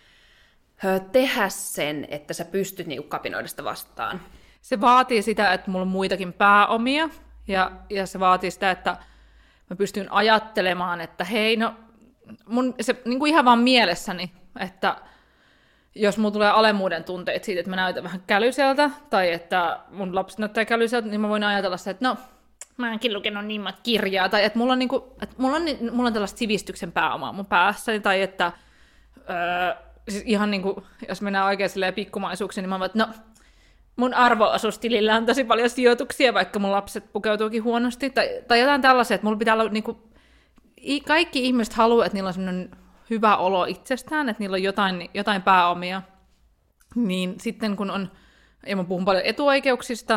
ö, tehdä sen, että sä pystyt niinku kapinoida sitä vastaan? Se vaatii sitä, että mulla on muitakin pääomia, ja, ja se vaatii sitä, että mä pystyn ajattelemaan, että hei, no mun, se niin kuin ihan vaan mielessäni, että jos mulla tulee alemmuuden tunteet siitä, että mä näytän vähän kälyseltä, tai että mun lapset näyttää kälyseltä, niin mä voin ajatella se, että no, mä enkin lukenut niin monta kirjaa, tai että mulla on, niinku, että mulla on, mulla on tällaista sivistyksen pääomaa mun päässäni, tai että öö, siis ihan niin kuin, jos mennään oikein silleen pikkumaisuuksiin, niin mä voin, että no, mun arvo-osuustilillä on tosi paljon sijoituksia, vaikka mun lapset pukeutuukin huonosti, tai, tai jotain tällaisia, että mulla pitää olla, niin kuin, kaikki ihmiset haluaa, että niillä on sellainen hyvä olo itsestään, että niillä on jotain, jotain pääomia, niin sitten kun on, ja mä puhun paljon etuoikeuksista,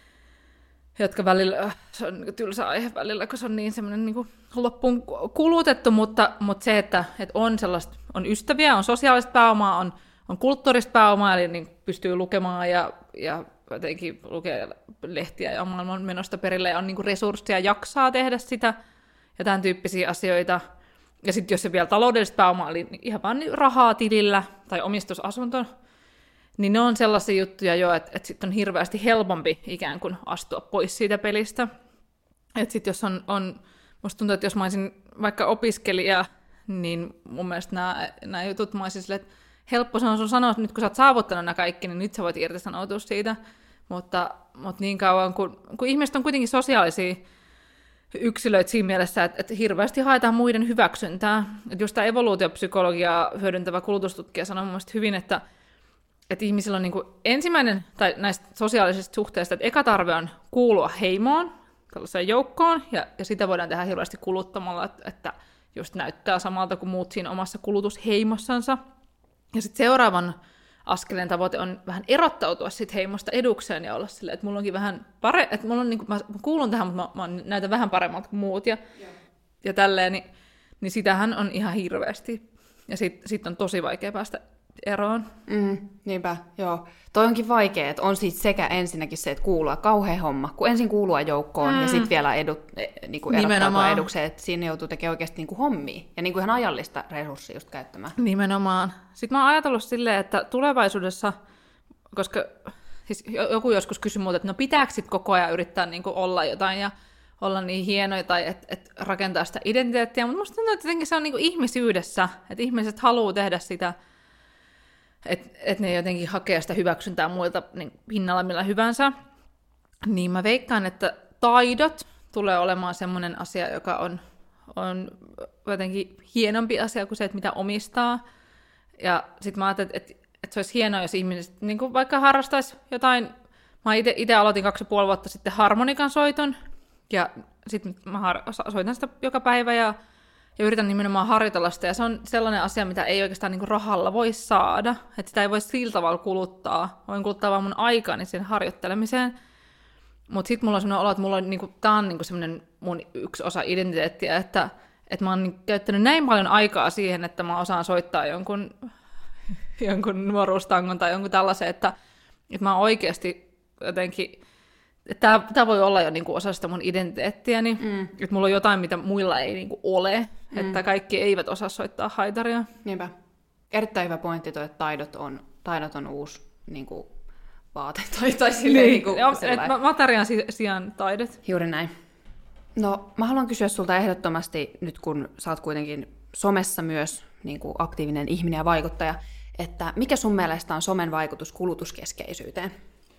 jotka välillä, se on tylsä aihe välillä, kun se on niin semmoinen niin kuin loppuun kulutettu, mutta, mutta se, että, että on sellaista, on ystäviä, on sosiaalista pääomaa, on, on kulttuurista pääomaa, eli niin pystyy lukemaan ja, ja jotenkin lukee lehtiä ja maailman menosta perille, ja on niin kuin resursseja jaksaa tehdä sitä, ja tämän tyyppisiä asioita. Ja sitten jos se vielä taloudellista pääomaa, eli ihan vaan rahaa tilillä tai omistusasunto, niin ne on sellaisia juttuja jo, että, että sitten on hirveästi helpompi ikään kuin astua pois siitä pelistä. Että sitten jos on, on, musta tuntuu, että jos mä olisin vaikka opiskelija, niin mun mielestä nämä, nämä jutut mä olisin silleen, että helppo se on sun sanoa, että nyt kun sä oot saavuttanut nämä kaikki, niin nyt sä voit irtisanoutua siitä. Mutta, mutta niin kauan, kun, kun ihmiset on kuitenkin sosiaalisia yksilöitä siinä mielessä, että, että hirveästi haetaan muiden hyväksyntää. Että just tämä evoluutiopsykologiaa hyödyntävä kulutustutkija sanoi mun mielestä hyvin, että, että ihmisillä on niin kuin ensimmäinen, tai näistä sosiaalisista suhteista, että eka tarve on kuulua heimoon, tällaiseen joukkoon, ja, ja sitä voidaan tehdä hirveästi kuluttamalla, että, että just näyttää samalta kuin muut siinä omassa kulutusheimossansa. Ja sitten seuraavan askeleen tavoite on vähän erottautua sit heimosta edukseen ja olla silleen, että mulla onkin vähän pare... että mulla on niin kuin, mä kuulun tähän, mutta mä, mä näytän vähän paremmalta kuin muut ja, ja tälleen, niin, niin sitähän on ihan hirveästi. Ja sitten sit on tosi vaikea päästä eroon. Mm, niinpä, joo. Toi onkin vaikea, että on siitä sekä ensinnäkin se, että kuulua kauhea homma, kun ensin kuulua joukkoon mm. ja sitten vielä edu, niin kuin erottautua edukseen, että siinä joutuu tekemään oikeasti niin kuin hommia ja niin kuin ihan ajallista resurssia just käyttämään. Nimenomaan. Sitten mä oon ajatellut silleen, että tulevaisuudessa, koska siis joku joskus kysyi muuta, että no pitääkö sit koko ajan yrittää niin kuin olla jotain ja olla niin hienoja tai että et rakentaa sitä identiteettiä, mutta musta tuntuu, että jotenkin se on niin kuin ihmisyydessä, että ihmiset haluaa tehdä sitä, että et ne jotenkin hakee sitä hyväksyntää muilta niin hinnalla millä hyvänsä, niin mä veikkaan, että taidot tulee olemaan semmoinen asia, joka on, on jotenkin hienompi asia kuin se, että mitä omistaa. Ja sit mä ajattelin, että, että se olisi hienoa, jos ihmiset niin kuin vaikka harrastaisi jotain. Mä itse aloitin kaksi ja puoli vuotta sitten harmonikan soiton, ja sitten mä har- soitan sitä joka päivä, ja ja yritän nimenomaan harjoitella sitä, ja se on sellainen asia, mitä ei oikeastaan niin kuin rahalla voi saada, että sitä ei voi sillä tavalla kuluttaa. Voin kuluttaa vaan mun aikaani sen harjoittelemiseen, mutta sitten mulla on sellainen olo, että mulla on, niin kuin, tää on niin kuin sellainen mun yksi osa identiteettiä, että, että mä oon niin käyttänyt näin paljon aikaa siihen, että mä osaan soittaa jonkun, jonkun nuoruustangon tai jonkun tällaisen, että, että mä oon oikeasti jotenkin... Tämä voi olla jo niinku osa sitä mun identiteettiäni, mm. että mulla on jotain, mitä muilla ei niinku ole, mm. että kaikki eivät osaa soittaa haitaria. Niinpä. Erittäin hyvä pointti toi, että taidot on, taidot on uusi niinku, vaate. Tai, tai silleen, niin. niinku, et materiaan sijaan taidot. Juuri näin. No, mä haluan kysyä sulta ehdottomasti, nyt kun sä oot kuitenkin somessa myös niinku, aktiivinen ihminen ja vaikuttaja, että mikä sun mielestä on somen vaikutus kulutuskeskeisyyteen?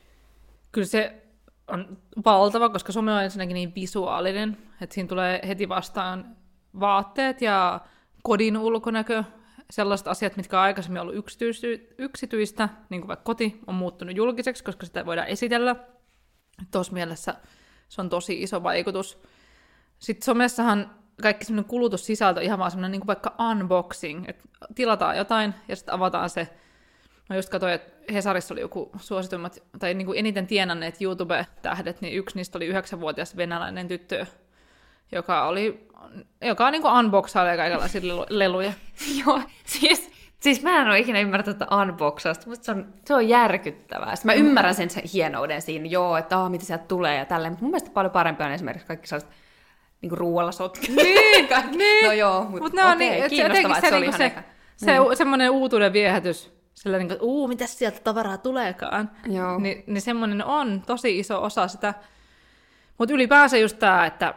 Kyllä se on valtava, koska some on ensinnäkin niin visuaalinen, että siinä tulee heti vastaan vaatteet ja kodin ulkonäkö, sellaiset asiat, mitkä on aikaisemmin ollut yksityistä, niin kuin vaikka koti on muuttunut julkiseksi, koska sitä voidaan esitellä. Tuossa mielessä se on tosi iso vaikutus. Sitten somessahan kaikki semmoinen kulutussisältö, ihan vaan semmoinen niin kuin vaikka unboxing, että tilataan jotain ja sitten avataan se. Mä just katsoin, että Hesarissa oli joku suosituimmat, tai niin kuin eniten tienanneet YouTube-tähdet, niin yksi niistä oli yhdeksänvuotias venäläinen tyttö, joka oli, joka niin kuin unboxailee kaikenlaisia leluja. Joo, siis, siis mä en ole ikinä ymmärtänyt tätä unboxausta, mutta se on, se on järkyttävää. Sitten mä ymmärrän sen hienouden siinä, joo, että aah, mitä sieltä tulee ja tälleen, mutta mun mielestä paljon parempi on esimerkiksi kaikki sellaiset niin kuin ruoalla sotkeet. Niin, niin. No joo, mutta Mut okay, niin, kiinnostavaa, että se, se oli ihan se, eka. Se mm. semmoinen uutuuden viehätys. Sellainen, että uu, mitäs sieltä tavaraa tuleekaan. Joo. Ni, niin semmoinen on tosi iso osa sitä. Mutta ylipäänsä just tämä, että,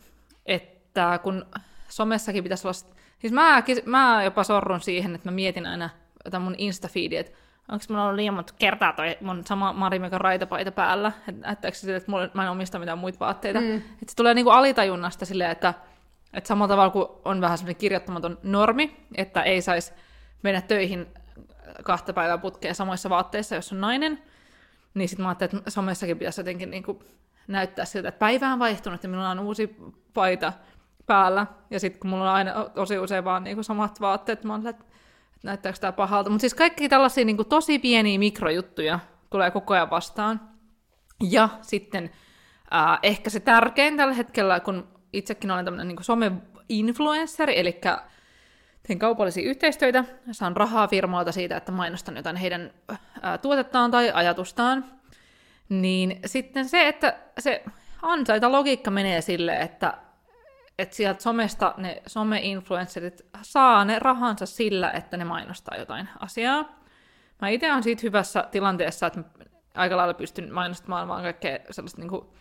että kun somessakin pitäisi olla... Siis mä, mä jopa sorrun siihen, että mä mietin aina jotain mun Insta-feedia, että onko mulla ollut liian monta kertaa toi mun sama Marimekan raitapaita päällä, että näyttääkö se sille, että mulla, mä en omista mitään muita vaatteita. Mm. Että se tulee niinku alitajunnasta silleen, että, että samalla tavalla kuin on vähän semmoinen kirjoittamaton normi, että ei saisi mennä töihin kahta päivää putkea samoissa vaatteissa, jos on nainen, niin sitten mä ajattelin, että somessakin pitäisi jotenkin niin kuin näyttää siltä, että päivä on vaihtunut ja minulla on uusi paita päällä, ja sitten kun mulla on aina tosi usein vaan niin kuin samat vaatteet, mä oon että näyttääkö tämä pahalta. Mutta siis kaikki tällaisia niin kuin tosi pieniä mikrojuttuja tulee koko ajan vastaan. Ja sitten äh, ehkä se tärkein tällä hetkellä, kun itsekin olen tämmöinen niin kuin some-influenssari, eli teen kaupallisia yhteistyötä, saan rahaa firmoilta siitä, että mainostan jotain heidän ää, tuotettaan tai ajatustaan, niin sitten se, että se ansaita logiikka menee sille, että, että sieltä somesta ne some-influencerit saa ne rahansa sillä, että ne mainostaa jotain asiaa. Mä itse olen siitä hyvässä tilanteessa, että aika lailla pystyn mainostamaan vaan kaikkea sellaista niin kuin,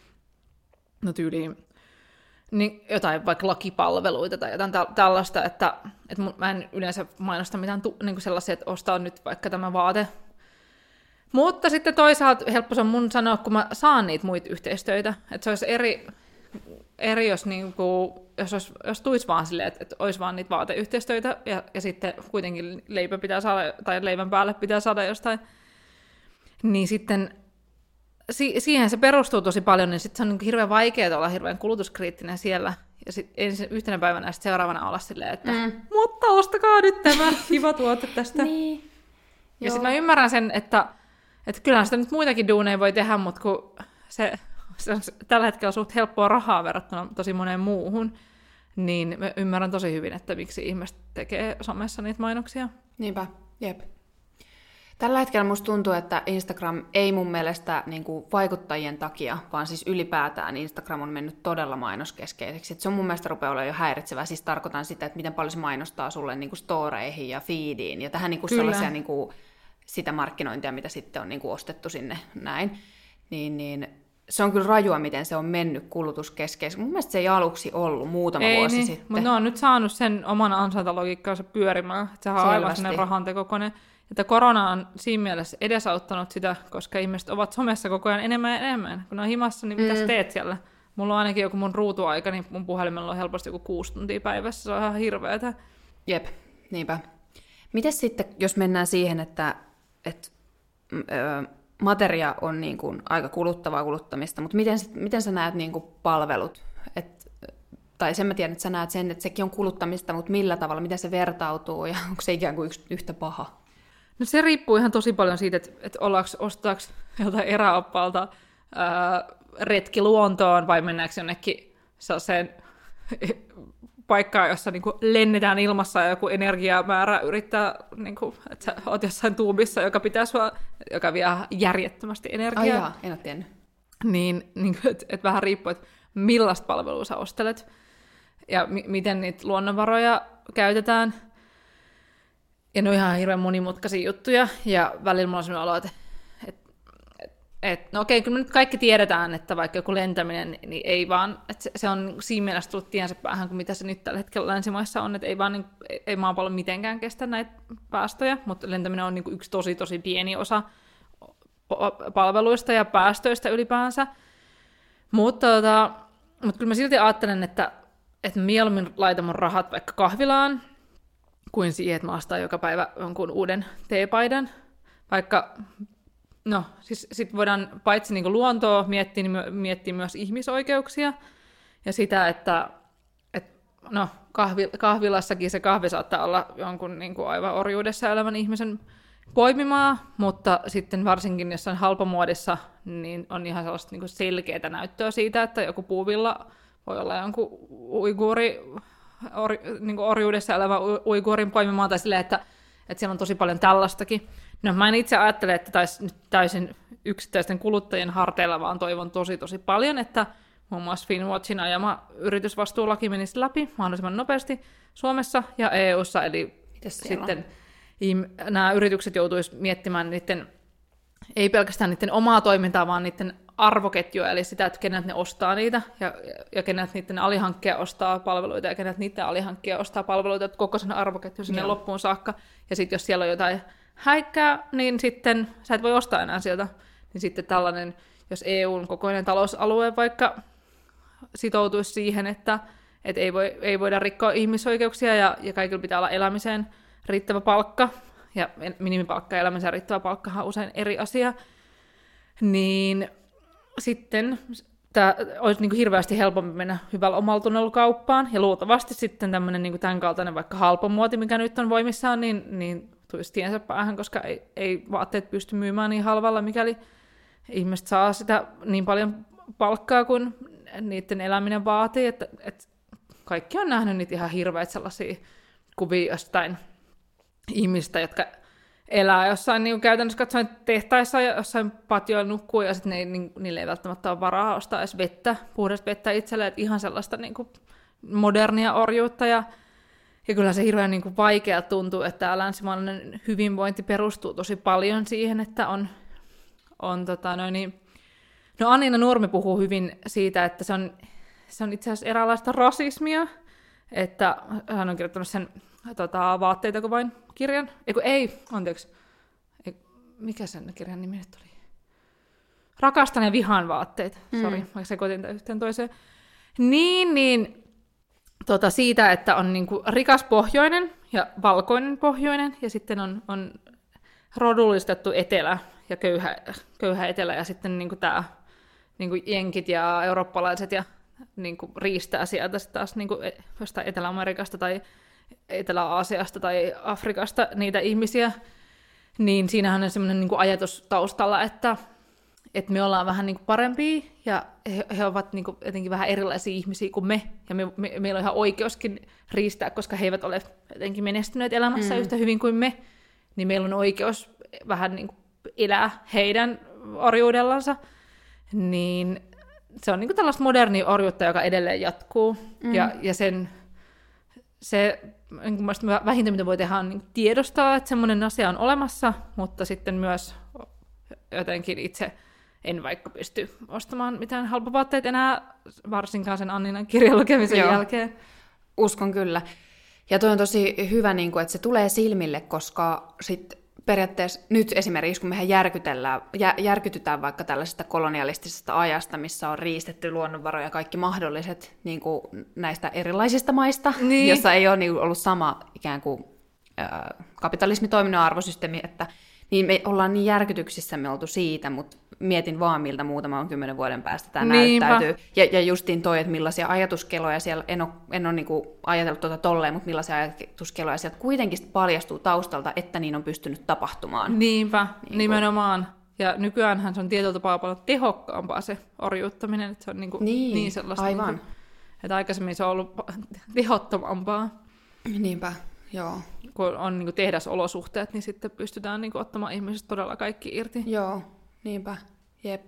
no tyyliin, niin jotain vaikka lakipalveluita tai jotain tällaista, että, että mä en yleensä mainosta mitään tu- niin kuin sellaisia, että ostaa nyt vaikka tämä vaate. Mutta sitten toisaalta helppo se on mun sanoa, kun mä saan niitä muita yhteistöitä, että se olisi eri, eri jos, niin kuin, jos, olisi, jos tuisi vaan silleen, että, että olisi vaan niitä vaateyhteistyötä ja, ja sitten kuitenkin leipä pitää saada, tai leivän päälle pitää saada jostain, niin sitten Si- siihen se perustuu tosi paljon, niin sitten se on niin hirveän vaikeaa olla hirveän kulutuskriittinen siellä. Ja sitten ensin yhtenä päivänä ja sitten seuraavana olla silleen, että mm. mutta ostakaa nyt tämä kiva tuote tästä. Niin. Ja sitten mä ymmärrän sen, että, että kyllähän sitä nyt muitakin duuneja voi tehdä, mutta kun se, se on tällä hetkellä suht helppoa rahaa verrattuna tosi moneen muuhun, niin mä ymmärrän tosi hyvin, että miksi ihmiset tekee somessa niitä mainoksia. Niinpä, jep. Tällä hetkellä musta tuntuu, että Instagram ei mun mielestä niin kuin vaikuttajien takia, vaan siis ylipäätään Instagram on mennyt todella mainoskeskeiseksi. Et se on mun mielestä rupeaa olemaan jo häiritsevää. Siis tarkoitan sitä, että miten paljon se mainostaa sulle niin kuin storeihin ja feediin ja tähän niin kuin sellaisia niin kuin sitä markkinointia, mitä sitten on niin kuin ostettu sinne näin. Niin, niin se on kyllä rajua, miten se on mennyt kulutuskeskeiseksi. Mun mielestä se ei aluksi ollut muutama ei, vuosi niin, sitten. Mutta ne on nyt saanut sen oman ansaintalogiikkaansa pyörimään. Sehän on aivan sellainen rahantekokone. Että korona on siinä mielessä edesauttanut sitä, koska ihmiset ovat somessa koko ajan enemmän ja enemmän. Kun ne on himassa, niin mitäs teet siellä? Mulla on ainakin joku mun ruutuaika, niin mun puhelimella on helposti joku kuusi tuntia päivässä. Se on ihan hirveetä. Jep, niinpä. Mites sitten, jos mennään siihen, että, että ö, materia on niin kuin aika kuluttavaa kuluttamista, mutta miten, miten sä näet niin kuin palvelut? Et, tai sen mä tiedän, että sä näet sen, että sekin on kuluttamista, mutta millä tavalla, miten se vertautuu, ja onko se ikään kuin yksi, yhtä paha? No se riippuu ihan tosi paljon siitä, että, että ollaanko, ostaako joltain eräoppaalta ää, retki luontoon, vai mennäänkö jonnekin sellaiseen paikkaan, jossa niin kuin lennetään ilmassa ja joku energiamäärä yrittää, niin kuin, että sä oot jossain tuubissa, joka pitää sua, joka vie järjettömästi energiaa. Ai jaa, en ole tiennyt. Niin, niin että et vähän riippuu, että millaista palvelua sä ostelet ja mi- miten niitä luonnonvaroja käytetään. Ja ne on ihan hirveän monimutkaisia juttuja, ja välillä mulla on sellainen olo, että et, et, et, no okei, kyllä me nyt kaikki tiedetään, että vaikka joku lentäminen, niin ei vaan, että se, se on siinä mielessä tullut tiensä päähän, kuin mitä se nyt tällä hetkellä länsimaissa on, että ei vaan, niin, ei maapallo mitenkään kestä näitä päästöjä, mutta lentäminen on niin kuin yksi tosi tosi pieni osa palveluista ja päästöistä ylipäänsä. Mutta, tota, mutta kyllä mä silti ajattelen, että, että mieluummin laitan mun rahat vaikka kahvilaan, kuin siihen, että mä ostan joka päivä jonkun uuden teepaidan. Vaikka, no, siis sit voidaan paitsi niinku luontoa miettiä, niin miettiä myös ihmisoikeuksia. Ja sitä, että, et, no, kahvi, kahvilassakin se kahvi saattaa olla jonkun niinku aivan orjuudessa elävän ihmisen poimimaa, mutta sitten varsinkin jossain halpamuodissa, niin on ihan sellaista niinku selkeää näyttöä siitä, että joku puuvilla voi olla jonkun uiguuri, Or, niin kuin orjuudessa elävä uiguurin poimimaa, tai silleen, että, että siellä on tosi paljon tällaistakin. No mä en itse ajattele, että taisi nyt täysin yksittäisten kuluttajien harteilla, vaan toivon tosi tosi paljon, että muun muassa Finwatchin ajama yritysvastuulaki menisi läpi mahdollisimman nopeasti Suomessa ja E U:ssa, eli sitten im, nämä yritykset joutuisivat miettimään niiden, ei pelkästään niiden omaa toimintaa, vaan niiden arvoketjua, eli sitä, että kenet ne ostaa niitä, ja, ja kenet niiden alihankkija ostaa palveluita, ja kenet niiden alihankkija ostaa palveluita, että koko sen arvoketju sinne Joo. loppuun saakka. Ja sitten jos siellä on jotain häikkää, niin sitten sä et voi ostaa enää sieltä. Niin sitten tällainen, jos E U:n kokoinen talousalue vaikka sitoutuisi siihen, että et ei, voi, ei voida rikkoa ihmisoikeuksia, ja, ja kaikilla pitää olla elämiseen riittävä palkka, ja minimipalkka ja elämiseen riittävä palkkahan on usein eri asia, niin sitten tämä olisi niin kuin hirveästi helpompi mennä hyvällä omaltunnolla kauppaan, ja luultavasti sitten tämmöinen niin kuin tämän kaltainen vaikka halpamuoti, mikä nyt on voimissaan, niin, niin tulisi tiensä päähän, koska ei, ei vaatteet pysty myymään niin halvalla, mikäli ihmiset saa sitä niin paljon palkkaa kuin niiden eläminen vaatii, että, että kaikki on nähnyt niitä ihan hirveitä sellaisia kuvia jostain ihmistä, jotka elää jossain niin käytännössä katsoen tehtaissa ja jossain patioilla nukkuu, ja sitten ne, niin, niille ei välttämättä ole varaa ostaa edes vettä, puhdasta vettä itselleen, että ihan sellaista niin kuin modernia orjuutta, ja, ja kyllä se hirveän niin kuin vaikea tuntuu, että tämä länsimaalainen hyvinvointi perustuu tosi paljon siihen, että on, on tota, no, niin, no Anniina Nurmi puhuu hyvin siitä, että se on, se on itse asiassa eräänlaista rasismia, että hän on kirjoittanut sen tota, Vaatteita vain kirjan. Eiku, ei, anteeksi. Ei, mikä sen kirjan nimi nyt oli? Rakastan ja vihaan vaatteita. Mm. Sori, mä sekoitin tämän yhteen toiseen. Niin, niin tota, siitä, että on niinku rikas pohjoinen ja valkoinen pohjoinen, ja sitten on, on rodullistettu etelä ja köyhä, köyhä etelä, ja sitten niinku tämä niinku jenkit ja eurooppalaiset ja niinku riistää sieltä taas niinku jostain Etelä-Amerikasta tai Etelä-Aasiasta tai Afrikasta niitä ihmisiä, niin siinähän on semmoinen niin kuin ajatus taustalla, että, että me ollaan vähän niin kuin parempia, ja he, he ovat niin kuin jotenkin vähän erilaisia ihmisiä kuin me, ja me, me, meillä on ihan oikeuskin riistää, koska he eivät ole jotenkin menestyneet elämässä mm. yhtä hyvin kuin me, niin meillä on oikeus vähän niin kuin elää heidän orjuudellansa, niin se on niin kuin tällaista modernia orjuutta, joka edelleen jatkuu, mm. ja, ja sen se vähintä, mitä voi tehdä, on niin tiedostaa, että semmoinen asia on olemassa, mutta sitten myös jotenkin itse en vaikka pysty ostamaan mitään halpavaatteita enää, varsinkaan sen Anninan kirjan lukemisen Joo. jälkeen. Uskon kyllä. Ja toi on tosi hyvä, että se tulee silmille, koska sit periaatteessa nyt esimerkiksi, kun mehän järkytellään, jä, järkytytään vaikka tällaisesta kolonialistisesta ajasta, missä on riistetty luonnonvaroja kaikki mahdolliset niin kuin näistä erilaisista maista, niin. jossa ei ole niin ollut sama ikään kuin ää, kapitalismitoiminnan arvosysteemi, että Niin me ollaan niin järkytyksissämme oltu siitä, mutta mietin vaan, miltä muutaman kymmenen vuoden päästä tämä Niinpä. näyttäytyy. Ja, ja justiin toi, että millaisia ajatuskeloja siellä, en ole, en ole niinku ajatellut tuota tolleen, mutta millaisia ajatuskeloja sieltä kuitenkin paljastuu taustalta, että niin on pystynyt tapahtumaan. Niinpä, niin nimenomaan. Ja nykyäänhän se on tietyllä tapaa paljon tehokkaampaa se orjuuttaminen, että se on niinku niin, niin sellaista, aivan. Niinku, että aikaisemmin se on ollut tehottomampaa. Niinpä, joo. Kun on niinku tehdasolosuhteet, niin sitten pystytään niinku ottamaan ihmisestä todella kaikki irti. Joo, niinpä, jep.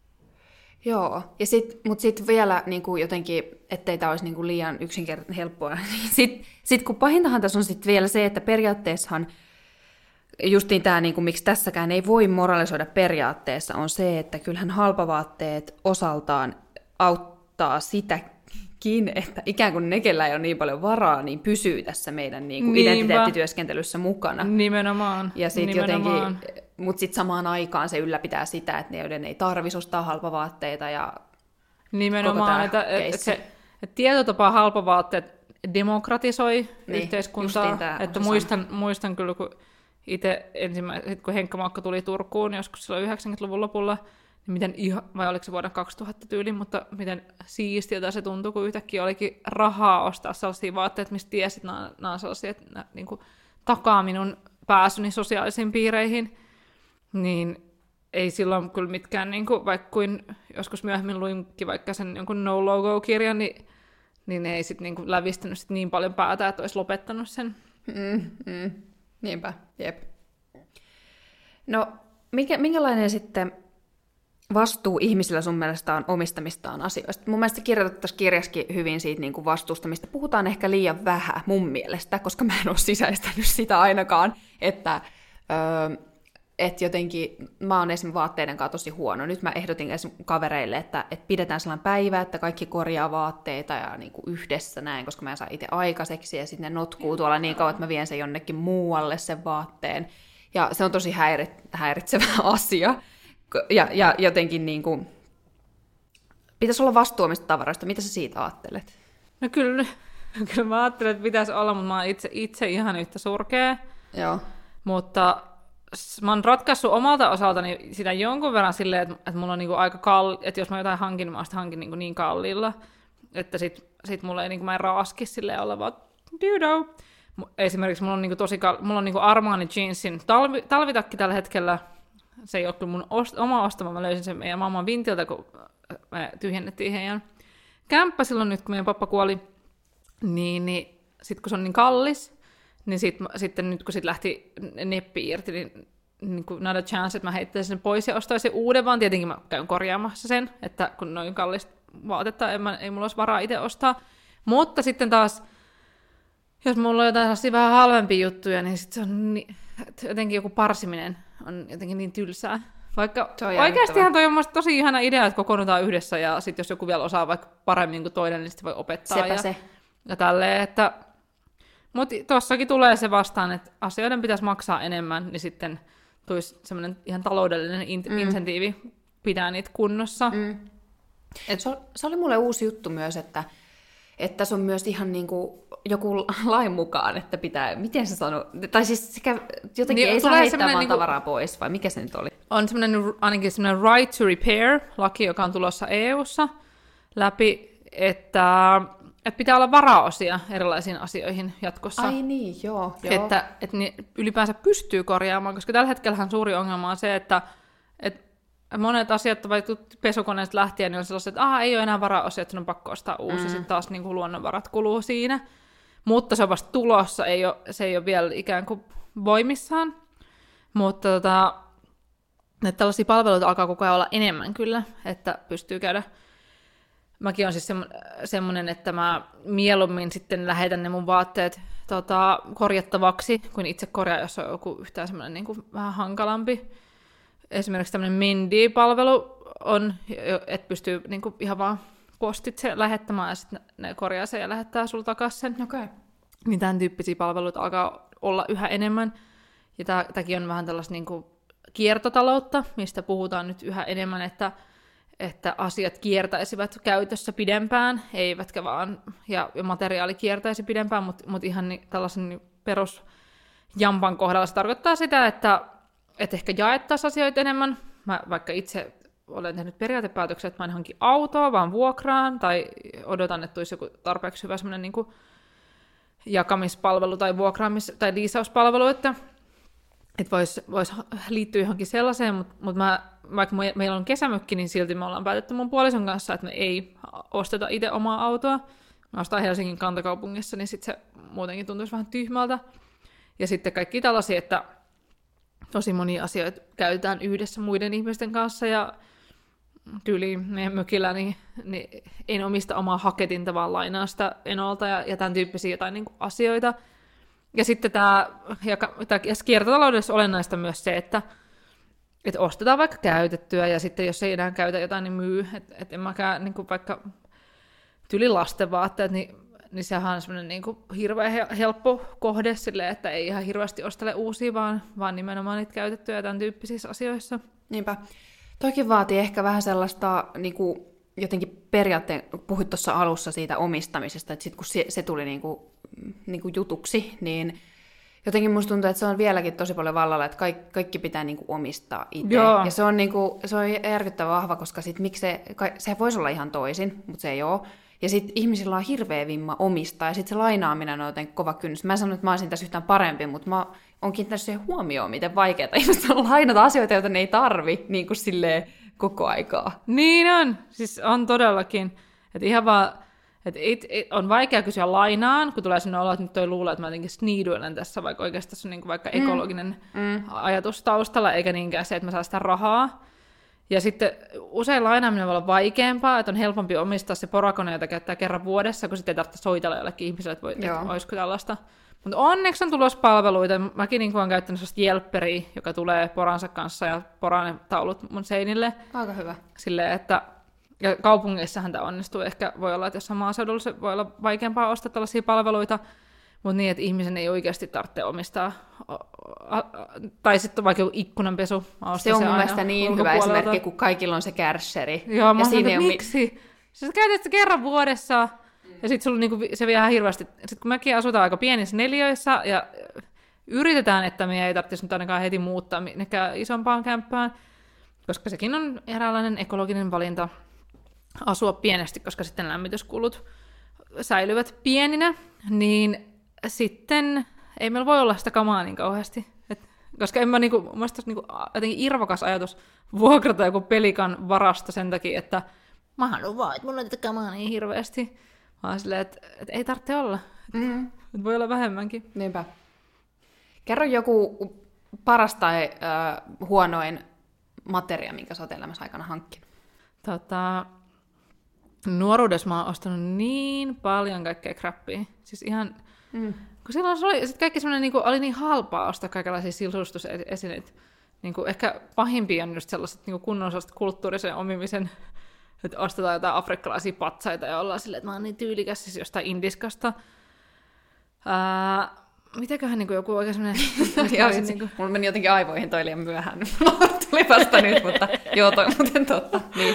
Joo, ja sit, mutta sitten vielä niin kuin jotenkin, ettei tämä olisi niin kuin liian yksinkertainen helppoa, niin sitten sit, kun pahintahan tässä on sitten vielä se, että periaatteessahan justiin tämä, niin kuin, miksi tässäkään ei voi moralisoida periaatteessa, on se, että kyllähän halpavaatteet osaltaan auttaa sitäkin, että ikään kuin ne, kellä ei ole niin paljon varaa, niin pysyy tässä meidän niin kuin identiteettityöskentelyssä mukana. Nimenomaan. Ja sit Nimenomaan. jotenkin, mutta sitten samaan aikaan se ylläpitää sitä, että ne, joiden ei tarvitsisi ostaa halpavaatteita ja nimenomaan, että, että se että tietotapa halpavaatteet demokratisoi niin, yhteiskuntaa. Että muistan, muistan kyllä, kun itse ensimmäiset, kun Henkka Maakka tuli Turkuun joskus silloin yhdeksänkymmentäluvun lopulla, niin miten ihan, vai oliko se vuonna kaksituhatta tyyli, mutta miten siistiltä se tuntui, kun yhtäkkiä olikin rahaa ostaa sellaisia vaatteita, mistä tiesit, että nämä, nämä on sellaisia, että nämä niin kuin, takaa minun pääsyni sosiaalisiin piireihin, niin ei silloin kyllä mitkään, niin kuin, vaikka kuin joskus myöhemmin luinkin vaikka sen jonkun No Logo-kirjan, niin, niin ei sitten niin kuin lävistänyt sit niin paljon päätä, että olisi lopettanut sen. Mm, mm. Niinpä, jep. No, mikä, minkälainen sitten vastuu ihmisillä sun mielestä on omistamistaan asioista? Mun mielestä kirjoitat tässä kirjassakin hyvin siitä niin kuin vastuusta, mistä puhutaan ehkä liian vähän mun mielestä, koska mä en ole sisäistänyt sitä ainakaan, että, öö, että jotenkin mä oon esimerkiksi vaatteiden kanssa tosi huono. Nyt mä ehdotin esimerkiksi kavereille, että, että pidetään sellainen päivä, että kaikki korjaa vaatteita ja niin kuin yhdessä näin, koska mä en saa itse aikaiseksi ja sitten ne notkuu tuolla niin kauan, että mä vien sen jonnekin muualle sen vaatteen. Ja se on tosi häirit, häiritsevä asia. Ja, ja jotenkin niin kuin, pitäisi olla vastuu omista tavaroista. Mitä sä siitä ajattelet? No kyllä, kyllä mä ajattelen, että pitäisi olla, mutta mä oon itse, itse ihan yhtä surkea. Joo. Mutta mä oon ratkaissut omalta osaltani sitä jonkun verran silleen, että, että mulla on niinku aika kalli, että jos mä jotain hankin, niin mä oon hankin niinku niin kalliilla, että sit, sit mulla ei, niinku, mä en raaski silleen olla vaan dudo. Esimerkiksi mulla on niinku tosi kal- mulla on niinku Armani Jeansin talvi, talvitakki tällä hetkellä. Se ei ole kyllä mun ost- oma ostama, mä löysin sen meidän mamman vintiltä, kun me tyhjennettiin heidän kämppä silloin nyt, kun meidän pappa kuoli. Niin, niin sit kun se on niin kallis, niin sit, sitten nyt kun sit lähti neppi irti, niin, niin kuin not a chance, että mä heittäisin sen pois ja ostaisin uuden, vaan tietenkin mä käyn korjaamassa sen, että kun noin kallista vaatetta, ei, mä, ei mulla olisi varaa itse ostaa. Mutta sitten taas, jos mulla on jotain sellaisia vähän halvempia juttuja, niin sit se on niin, jotenkin joku parsiminen on jotenkin niin tylsää. Vaikka oikeastihan toi on tosi ihana idea, että kokoonnutaan yhdessä ja sitten jos joku vielä osaa vaikka paremmin kuin toinen, niin sitten voi opettaa. Sepä ja, se. Ja tälleen, että mutta tuossakin tulee se vastaan, että asioiden pitäisi maksaa enemmän, niin sitten tulisi semmoinen ihan taloudellinen in- mm. insentiivi pitää niitä kunnossa. Mm. Et se, se oli mulle uusi juttu myös, että, että tässä on myös ihan niinku joku lain mukaan, että pitää, miten se sanoo, tai siis sekä jotenkin niin, ei saa heittää vaan niinku, tavaraa pois, vai mikä se nyt oli? On semmoinen ainakin semmoinen right to repair laki, joka on tulossa E U:ssa läpi, että että pitää olla varaosia erilaisiin asioihin jatkossa. Ai niin, joo. joo. Että, että ne ylipäänsä pystyy korjaamaan, koska tällä hetkellähän suuri ongelma on se, että, että monet asiat, vaikka pesukoneesta lähtien, niin on sellaiset, että ah, ei ole enää varaosia, että on pakko ostaa uusi, mm. ja sitten taas niin kuin luonnonvarat kuluu siinä. Mutta se on vasta tulossa, ei ole, se ei ole vielä ikään kuin voimissaan. Mutta tota, että tällaisia palveluita alkaa koko ajan olla enemmän kyllä, että pystyy käydä. Mäkin on siis semmoinen, että mä mieluummin sitten lähetän ne mun vaatteet tota, korjattavaksi, kuin itse korjaa, jos on joku yhtään semmoinen niin kuin vähän hankalampi. Esimerkiksi tämmöinen Mindy-palvelu on, että pystyy niin kuin ihan vaan postitse lähettämään ja sitten ne korjaa sen ja lähettää sulla takaisin sen. Okay. Niin tämän tyyppisiä palveluita alkaa olla yhä enemmän. Ja tämäkin on vähän tällaista niin kuin kiertotaloutta, mistä puhutaan nyt yhä enemmän, että että asiat kiertäisivät käytössä pidempään, eivätkä vaan, ja, ja materiaali kiertäisi pidempään, mutta mut ihan ni, tällaisen ni, perusjampan kohdalla se tarkoittaa sitä, että että ehkä jaettaisiin asioita enemmän. Mä vaikka itse olen tehnyt periaatepäätöksen, että mä en hanki autoa, vaan vuokraan, tai odotan, että tulisi joku tarpeeksi hyvä semmoinen niin kuin jakamispalvelu tai vuokraamis- tai liisauspalvelu, että, että voisi vois liittyä johonkin sellaiseen, mutta mut mä, vaikka meillä on kesämökki, niin silti me ollaan päätetty mun puolison kanssa, että me ei osteta itse omaa autoa. Mä ostan Helsingin kantakaupungissa, niin sitten se muutenkin tuntuisi vähän tyhmältä. Ja sitten kaikki tällaisia, että tosi monia asioita käytetään yhdessä muiden ihmisten kanssa, ja tyyliin meidän mökillä, niin, niin en omista omaa haketinta, vaan lainaa sitä enolta ja, ja tämän tyyppisiä jotain niin kuin asioita. Ja sitten tämä, ja, tämä kiertotaloudessa olennaista myös se, että, että ostetaan vaikka käytettyä, ja sitten jos ei enää käytä jotain, niin myy. Että et en mäkään niin kuin vaikka tyyli lastenvaatteet, niin, niin sehän on semmoinen niin kuin hirveän helppo kohde sille, että ei ihan hirveästi ostele uusia, vaan, vaan nimenomaan niitä käytettyjä ja tämän tyyppisissä asioissa. Niinpä. Toikin vaatii ehkä vähän sellaista niin kuin jotenkin periaatteen, puhuit tuossa alussa siitä omistamisesta, että sitten kun se, se tuli niin kuin, niin kuin jutuksi, niin jotenkin musta tuntuu, että se on vieläkin tosi paljon vallalla, että kaikki, kaikki pitää niin kuin omistaa itse. Joo. Ja se on, niin kuin, se on järkyttävän vahva, koska sit, miksi se, se voisi olla ihan toisin, mutta se ei ole. Ja sitten ihmisillä on hirveä vimma omistaa, ja sitten se lainaaminen on jotenkin kova kynnys. Mä en sano, että mä olisin tässä yhtään parempi, mutta mä oon kiinnittänyt siihen huomioon, miten vaikeaa ihmiset on lainata asioita, joita ne ei tarvi niin kuin silleen koko aikaa. Niin on, siis on todellakin. Että ihan vaan, että it, it, on vaikea kysyä lainaan, kun tulee sinne olo, että nyt toi luulee, että mä jotenkin sniiduilen tässä, vaikka oikeastaan se on niin kuin vaikka mm. ekologinen mm. ajatus taustalla, eikä niinkään se, että mä saan sitä rahaa. Ja sitten usein lainaaminen voi olla vaikeampaa, että on helpompi omistaa se porakone, jota käyttää kerran vuodessa, kun sitten ei tarvitse soitella jollekin ihmiselle, että, voi, että olisiko tällaista. Mutta onneksi on tulossa palveluita. Mäkin niin olen käyttänyt sellaista Jelpperiä, joka tulee poransa kanssa ja poranen taulut mun seinille. Aika hyvä. Silleen, että ja kaupungeissahan tämä onnistuu. Ehkä voi olla, että jossain maaseudulla se voi olla vaikeampaa ostaa tällaisia palveluita, mutta niin, että ihmisen ei oikeasti tarvitse omistaa. Tai sitten vaikka joku ikkunanpesu. Se on mun mielestä niin hyvä esimerkki, kun kaikilla on se kärsseri. Joo, mä sanoin, että miksi? Sä käytät sitä kerran vuodessa, ja sitten sulla niinku, se vie ihan hirveästi. Sitten kun mekin asutaan aika pienissä neliöissä, ja yritetään, että me ei tarvitsisi nyt ainakaan heti muuttaa minnekään isompaan kämppään, koska sekin on eräänlainen ekologinen valinta asua pienesti, koska sitten lämmityskulut säilyvät pieninä, niin sitten ei meillä voi olla sitä kamaa niin kauheasti. Et, koska en mä niinku, mun mielestä niinku, jotenkin irvokas ajatus vuokrata joku pelikan varasto sen takia, että mä haluan vaan, että mulla on tätä kamaa niin hirveästi. Vaan silleen, että et ei tarvitse olla. Mm. Et voi olla vähemmänkin. Niinpä. Kerro joku paras tai äh, huonoin materia, minkä sä oot elämässä aikana hankkinut. Tota, nuoruudessa mä oon ostanut niin paljon kaikkea crappia. Siis ihan... Mm. Kun silloin se oli, sit kaikki semmoinen, niin kuin, oli niin halpaa ostaa kaikenlaisia sisustusesineitä. Niin kuin, ehkä pahimpia on just sellaiset niin kunnon kulttuurisen omimisen, että ostetaan jotain afrikkalaisia patsaita ja ollaan silleen, että mä oon niin tyylikäs siis jostain indiskasta. Ää, mitäköhän niin kuin joku oikein semmoinen... niin kuin... Mulla meni jotenkin aivoihin toi liian myöhään. Tuli vasta nyt, mutta joo, toi muuten totta. Niin.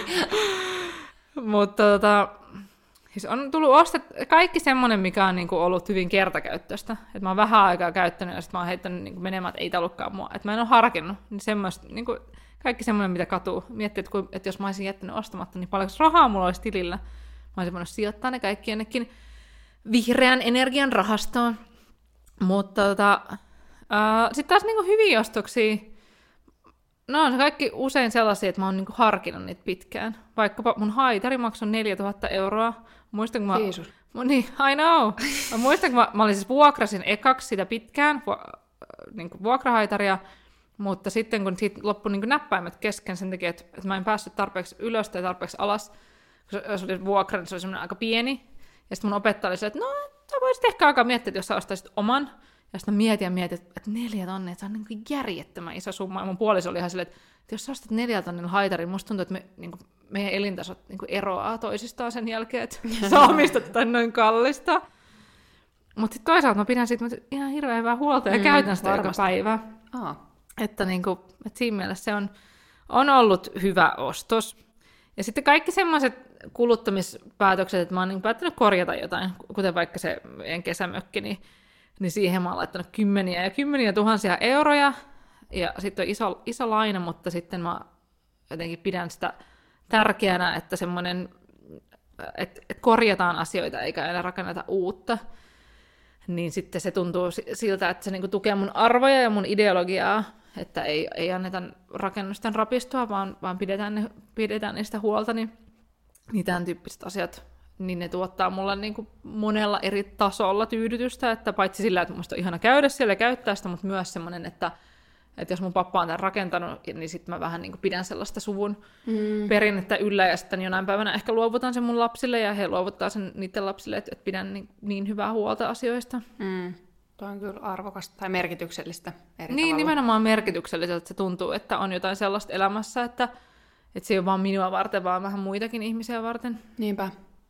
Mutta tota... Siis on tullut ostettu kaikki semmoinen, mikä on niinku ollut hyvin kertakäyttöistä. Että mä oon vähän aikaa käyttänyt ja sitten mä oon heittänyt niinku menemään, että ei tää ollutkaan mua. Että mä en ole harkinnut. Niin semmoista, niinku, kaikki semmoinen, mitä katuu. Miettii, että, kun, että jos mä olisin jättänyt ostamatta, niin paljonko rahaa mulla olisi tilillä. Mä olisin voinut sijoittaa ne kaikki jonnekin vihreän energian rahastoon. Mutta tota, äh, sitten taas niinku hyviä ostoksia. No on se kaikki usein sellaisia, että mä oon niinku harkinnut niitä pitkään. Vaikkapa mun haitari maksoi neljätuhatta euroa. Muistan, kun mä... Jeesus. Niin, I know. Mä muistan, kun mä, mä olin siis vuokrasin ekaksi sitä pitkään, vu, niin kuin vuokrahaitaria, mutta sitten kun siitä loppui niin kuin näppäimet kesken sen takia, että, että mä en päässyt tarpeeksi ylös tai tarpeeksi alas, kun se oli vuokra, niin se oli semmoinen aika pieni. Ja sitten mun opettaja oli se, että no, sä voisit ehkä alkaa miettiä, että jos sä ostaisit oman. Ja sitten mä mietin ja mietin, että neljä tonnia, että se on niin kuin järjettömän iso summa. Ja mun puoliso oli ihan silleen, että jos sä ostat neljä tonnin haitarin, musta tuntuu, että me, niin kuin, meidän elintasot niin kuin eroaa toisistaan sen jälkeen, että sä omistat jotain noin kallista. Mutta sitten toisaalta mä pidän siitä ihan hirveän hyvää huolta ja mm, käytän sitä varmasti joka päivä. Aa. Että, niin kuin, että siinä mielessä se on, on ollut hyvä ostos. Ja sitten kaikki semmoiset kuluttamispäätökset, että mä oon niin päättänyt korjata jotain, kuten vaikka se meidän kesämökki, niin niin siihen mä oon laittanut kymmeniä ja kymmeniä tuhansia euroja, ja sitten on iso, iso laina, mutta sitten mä jotenkin pidän sitä tärkeänä, että semmoinen, että et korjataan asioita eikä aina rakenneta uutta, niin sitten se tuntuu siltä, että se niinku tukee mun arvoja ja mun ideologiaa, että ei, ei anneta rakennusten rapistua, vaan, vaan pidetään, ne, pidetään niistä huolta, niin, niin tämän tyyppiset asiat, niin ne tuottaa mulle niinku monella eri tasolla tyydytystä, että paitsi sillä, että musta on ihana käydä siellä ja käyttää sitä, mutta myös semmoinen, että että jos mun pappa on tämän rakentanut, niin sitten mä vähän niin kuin pidän sellaista suvun mm. perinnettä yllä, ja sitten jonain päivänä ehkä luovutan sen mun lapsille, ja he luovuttaa sen niiden lapsille, että, että pidän niin, niin hyvää huolta asioista. Mm. Tuo on kyllä arvokasta tai merkityksellistä eri Niin, tavalla. nimenomaan merkitykselliseltä, että se tuntuu, että on jotain sellaista elämässä, että, että se ei ole vaan minua varten, vaan vähän muitakin ihmisiä varten. Niinpä.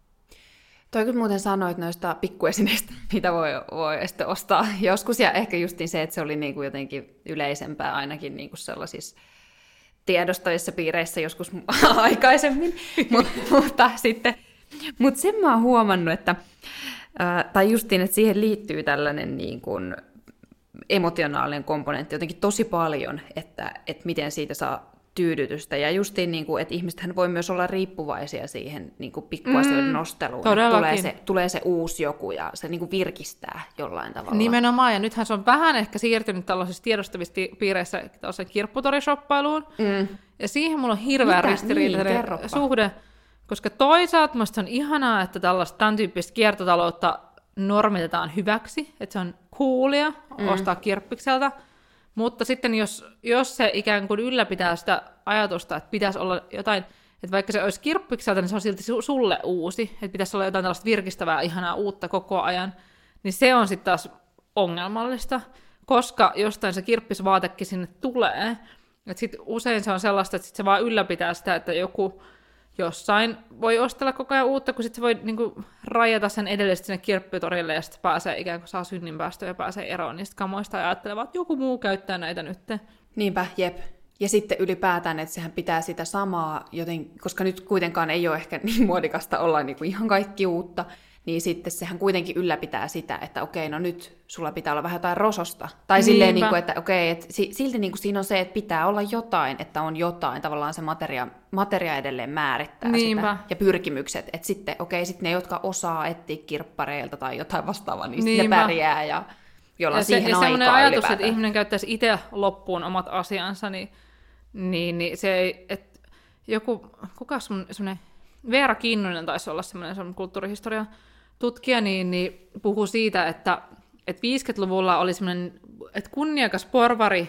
Toi kyllä muuten sanoit noista pikkuesineistä, mitä voi, voi sitten ostaa joskus, ja ehkä justiin se, että se oli niinku jotenkin yleisempää ainakin niinku sellaisissa tiedostoissa piireissä joskus aikaisemmin, Mut, mutta sitten, mutta sen mä oon huomannut, että, ää, tai justiin, että siihen liittyy tällainen niin kuin emotionaalinen komponentti jotenkin tosi paljon, että, että miten siitä saa tyydytystä. Ja justiin, niin kuin, että ihmisethän voi myös olla riippuvaisia siihen niin kuin pikkuasioiden mm, nosteluun. Tulee se, tulee se uusi joku ja se niin kuin virkistää jollain tavalla. Nimenomaan, ja nythän se on vähän ehkä siirtynyt tällaisissa tiedostavissa piireissä tällaiseen kirpputorishoppailuun. Mm. Ja siihen mulla on hirveä ristiriitainen niin, suhde, koska toisaalta musta on ihanaa, että tällaista tämän tyyppistä kiertotaloutta normitetaan hyväksi, että se on coolia mm. ostaa kirppikseltä. Mutta sitten jos, jos se ikään kuin ylläpitää sitä ajatusta, että pitäisi olla jotain, että vaikka se olisi kirppikseltä, niin se on silti sulle uusi, että pitäisi olla jotain tällaista virkistävää, ihanaa uutta koko ajan, niin se on sitten taas ongelmallista, koska jostain se kirppisvaatekin sinne tulee. Että sitten usein se on sellaista, että sit se vaan ylläpitää sitä, että joku jossain voi ostella koko ajan uutta, kun sitten se voi niinku rajata sen edellisesti sinne kirppitorille ja sitten pääsee ikään kuin saa synninpäästöä ja pääsee eroon niistä kamoista ja ajattelee, että joku muu käyttää näitä nyt. Niinpä, jep. Ja sitten ylipäätään, että sehän pitää sitä samaa, joten, koska nyt kuitenkaan ei ole ehkä niin muodikasta olla niinku ihan kaikki uutta, niin sitten sehän kuitenkin ylläpitää sitä, että okei, no nyt sulla pitää olla vähän jotain rososta. Tai Niinpä. silleen, niin kuin, että okei, että silti niin kuin siinä on se, että pitää olla jotain, että on jotain. Tavallaan se materia, materia edelleen määrittää Niinpä. sitä. Ja pyrkimykset. Että sitten, okei, sitten ne, jotka osaa etsiä kirppareilta tai jotain vastaavaa, niin ne pärjää ja jolla ja siihen se, ja aikaa semmoinen ajatus, ylipäätään. että ihminen käyttäisi itse loppuun omat asiansa, niin, niin, niin se ei, että joku, kuka semmoinen, Veera Kinnunen taisi olla semmoinen, semmoinen kulttuurihistoria tutkija, niin, niin puhui siitä, että, että viisikymmentäluvulla oli semmoinen, että kunniakas porvari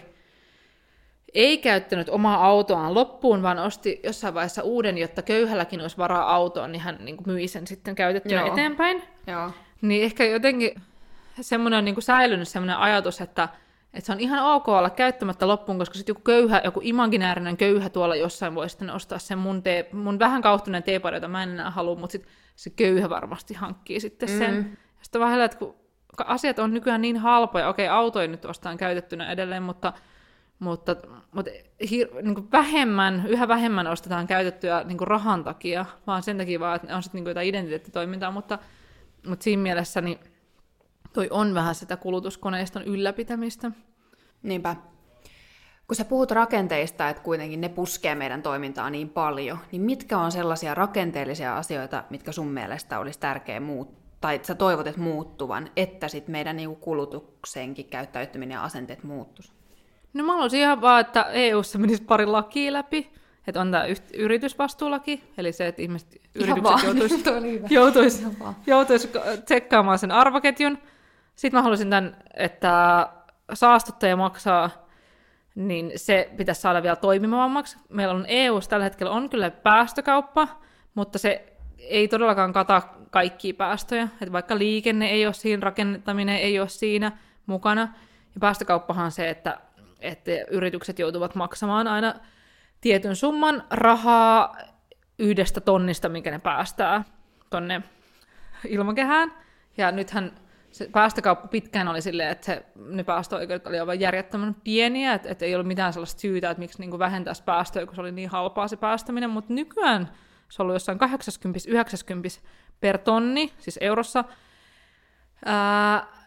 ei käyttänyt omaa autoaan loppuun, vaan osti jossain vaiheessa uuden, jotta köyhälläkin olisi varaa autoon, niin hän niin kuin myi sen sitten käytettynä Joo. eteenpäin. Joo. Niin ehkä jotenkin semmoinen on niin kuin säilynyt semmoinen ajatus, että, että se on ihan ok olla käyttämättä loppuun, koska sitten joku köyhä, joku imaginäärinen köyhä tuolla jossain voi sitten ostaa sen mun, tee, mun vähän kauhtuneen teeparin, jota mä en enää halua, mutta sitten se köyhä varmasti hankkii sitten sen. Mm. Ja sitten vähän, että kun asiat on nykyään niin halpoja, okei, autoja nyt ostaan käytettynä edelleen, mutta, mutta, mutta hir, niin kuin vähemmän, yhä vähemmän ostetaan käytettyä niin kuin rahan takia, vaan sen takia vaan, että on sitten niin kuin jotain identiteettitoimintaa, mutta, mutta siinä mielessä niin toi on vähän sitä kulutuskoneiston ylläpitämistä. Niinpä. Kun sä puhut rakenteista, että kuitenkin ne puskee meidän toimintaa niin paljon, niin mitkä on sellaisia rakenteellisia asioita, mitkä sun mielestä olisi tärkeä muuttaa, tai sä toivot, että muuttuvan, että sit meidän niinku kulutuksenkin käyttäytyminen ja asenteet muuttuisi? No mä haluaisin ihan vaan, että E U:ssa menisi pari lakia läpi, että on tämä yritysvastuulaki, eli se, että ihmiset, yritykset joutuisi joutuis, joutuis tsekkaamaan sen arvoketjun. Sitten mä haluaisin tämän, että saastuttaja maksaa, niin se pitäisi saada vielä toimivammaksi. Meillä on E U:ssa tällä hetkellä on kyllä päästökauppa, mutta se ei todellakaan kata kaikkia päästöjä. Että vaikka liikenne ei ole siinä, rakentaminen ei ole siinä mukana. Ja päästökauppahan on se, että, että yritykset joutuvat maksamaan aina tietyn summan rahaa yhdestä tonnista, minkä ne päästää tonne ilmakehään. Ja nythän se päästökauppa pitkään oli silleen, että se, ne päästöoikeudet oli aivan järjettömän pieniä, että, että ei ollut mitään sellaista syytä, että miksi niin kuin vähentäisi päästöjä, kun se oli niin halpaa se päästäminen, mutta nykyään se on ollut jossain kahdeksankymmentä yhdeksänkymmentä per tonni, siis eurossa, ää,